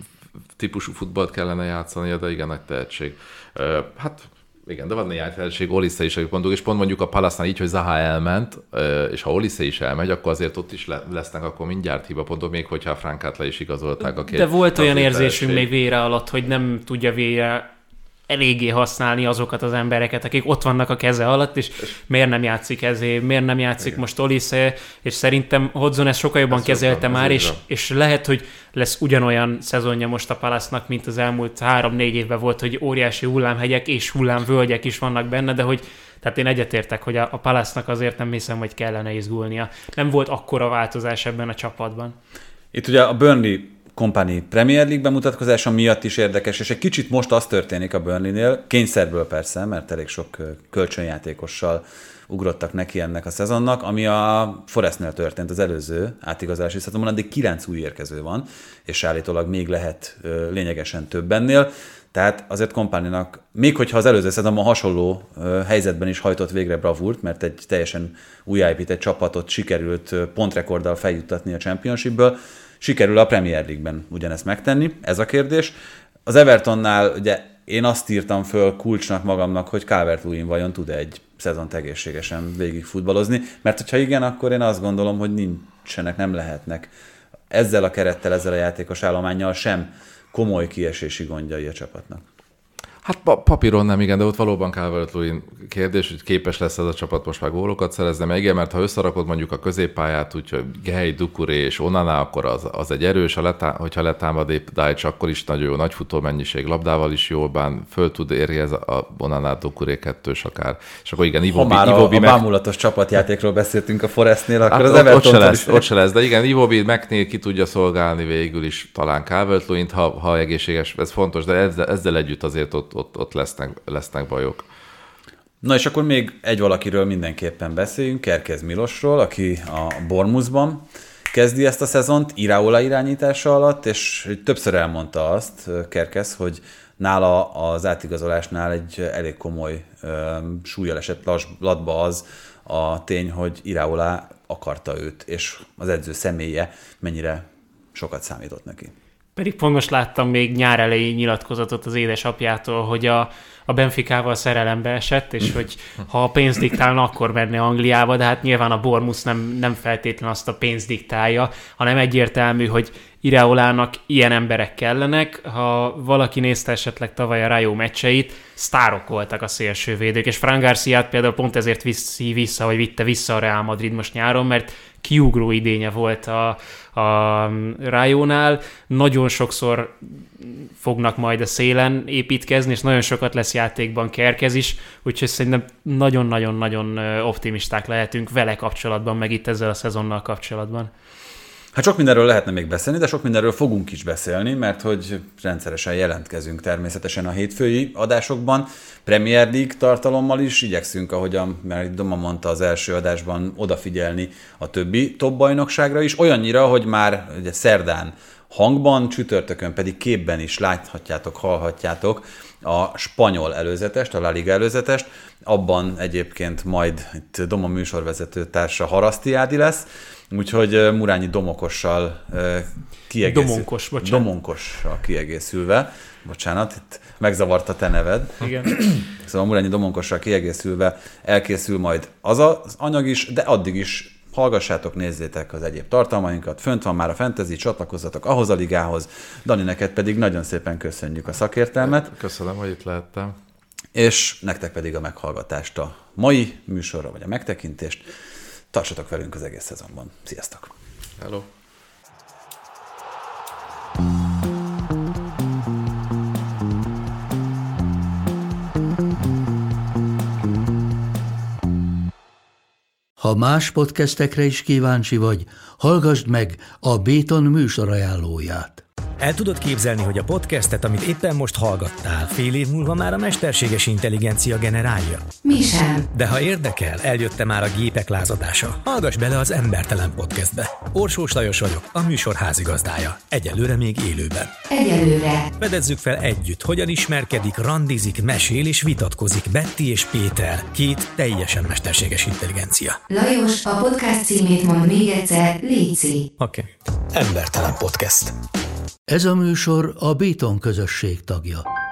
típusú futballt kellene játszani, de igen, nagy tehetség. Hát igen, de van néhány tehetség, Olise is, mondjuk, és pont mondjuk a Palace-nál így, hogy Zaha elment, és ha Olise is elmegy, akkor azért ott is lesznek akkor mindjárt hibapontok, még hogyha a Frankát le is igazolták. De volt olyan érzésünk még Vieira alatt, hogy nem tudja Vieira eléggé használni azokat az embereket, akik ott vannak a keze alatt, és miért nem játszik ezért, miért nem játszik igen. most Olise, és szerintem Hodgson ezt sokkal jobban kezelte már, és lehet, hogy lesz ugyanolyan szezonja most a Palace-nak, mint az elmúlt 3-4 évben volt, hogy óriási hullámhegyek és hullámvölgyek is vannak benne, de hogy tehát én egyetértek, hogy a Palace-nak azért nem hiszem, hogy kellene izgulnia. Nem volt akkora változás ebben a csapatban. Itt ugye a Burnley Company Premier League bemutatkozása miatt is érdekes, és egy kicsit most az történik a Burnleynél, kényszerből persze, mert elég sok kölcsönjátékossal ugrottak neki ennek a szezonnak, ami a Forestnél történt az előző átigazolási szezonban, addig 9 új érkező van, és állítólag még lehet lényegesen több ennél. Tehát azért Companynak, még hogyha az előző szezonban hasonló helyzetben is hajtott végre bravúrt, mert egy teljesen újjáépített csapatot sikerült pontrekorddal feljuttatni a Championshipből, sikerül a Premier League-ben ugyanezt megtenni, ez a kérdés. Az Evertonnál ugye én azt írtam föl kulcsnak magamnak, hogy Calvert-Lewin vajon tud-e egy szezont egészségesen végig futballozni, mert hogyha igen, akkor én azt gondolom, hogy nincsenek, nem lehetnek ezzel a kerettel, ezzel a játékos állománnyal sem komoly kiesési gondjai a csapatnak. Hát papíron nem, igen, de ott valóban Calvert-Lewin kérdés, hogy képes lesz ez a csapat most már gólokat szerezni, meg igen, mert ha összerakod mondjuk a középpályát, úgyhogy Gay, Doucouré és Onana, akkor az egy erős, hogyha letámad épp Dyche, akkor is nagyon jó, nagy futómennyiség, labdával is jól bán, föl tud érni ez a Onana, Doucouré kettős akár. És akkor igen, Iwobi a bámulatos csapatjátékról beszéltünk a Forestnél, akkor hát az Everton ott se lesz, de igen, Iwobi megnél ki tudja szolgálni végül is talán Calvert-Lewint, ha egészséges, ez fontos, de ezzel együtt azért ott lesznek bajok. Na és akkor még egy valakiről mindenképpen beszéljünk, Kerkez Milosról, aki a Bournemouthban kezdi ezt a szezont Iraola irányítása alatt, és többször elmondta azt Kerkez, hogy nála az átigazolásnál egy elég komoly súllyal esett latba az a tény, hogy Iraola akarta őt, és az edző személye mennyire sokat számított neki. Pedig pont most láttam még nyár elejé nyilatkozatot az édesapjától, hogy a Benficával szerelembe esett, és hogy ha a pénz diktálna, akkor menne Angliába, de hát nyilván a Bournemouth nem feltétlen azt a pénz diktálja, hanem egyértelmű, hogy Iraolának ilyen emberek kellenek. Ha valaki nézte esetleg tavaly a Rayo meccseit, sztárok voltak a szélsővédők, és Fran Garciát például pont ezért vitte vissza a Real Madrid most nyáron, mert kiugró idénye volt a Rayónál. Nagyon sokszor fognak majd a szélen építkezni, és nagyon sokat lesz játékban Kerkez is, úgyhogy szerintem nagyon-nagyon-nagyon optimisták lehetünk vele kapcsolatban, meg itt ezzel a szezonnal kapcsolatban. Hát sok mindenről lehetne még beszélni, de sok mindenről fogunk is beszélni, mert hogy rendszeresen jelentkezünk természetesen a hétfői adásokban. Premier League tartalommal is igyekszünk, ahogyan mert Doma mondta az első adásban, odafigyelni a többi top bajnokságra is. Olyannyira, hogy már ugye szerdán hangban, csütörtökön pedig képben is láthatjátok, hallhatjátok a spanyol előzetest, a La Liga előzetest. Abban egyébként majd itt Doma műsorvezető társa Haraszti Ádi lesz, úgyhogy Murányi Domonkossal kiegészülve, bocsánat, itt megzavart a te neved. Igen. Szóval Murányi Domonkossal kiegészülve elkészül majd az anyag is, de addig is hallgassátok, nézzétek az egyéb tartalmainkat, fönt van már a Fantasy, csatlakozzatok ahhoz a ligához. Dani, neked pedig nagyon szépen köszönjük a szakértelmet. Köszönöm, hogy itt lehettem. És nektek pedig a meghallgatást a mai műsorra, vagy a megtekintést. Tartsatok velünk az egész szezonban. Sziasztok! Hello! Ha más podcastekre is kíváncsi vagy, hallgassd meg a Béton műsor ajánlóját. El tudod képzelni, hogy a podcastet, amit éppen most hallgattál, fél év múlva már a mesterséges intelligencia generálja? Mi sem. De ha érdekel, eljött már a gépek lázadása. Hallgass bele az Embertelen Podcastbe. Orsós Lajos vagyok, a műsor házigazdája. Egyelőre még élőben. Egyelőre. Fedezzük fel együtt, hogyan ismerkedik, randizik, mesél és vitatkozik Betty és Péter, két teljesen mesterséges intelligencia. Lajos, a podcast címét mond még egyszer, léci. Oké. Embertelen Podcast. Ez a műsor a Béton közösség tagja.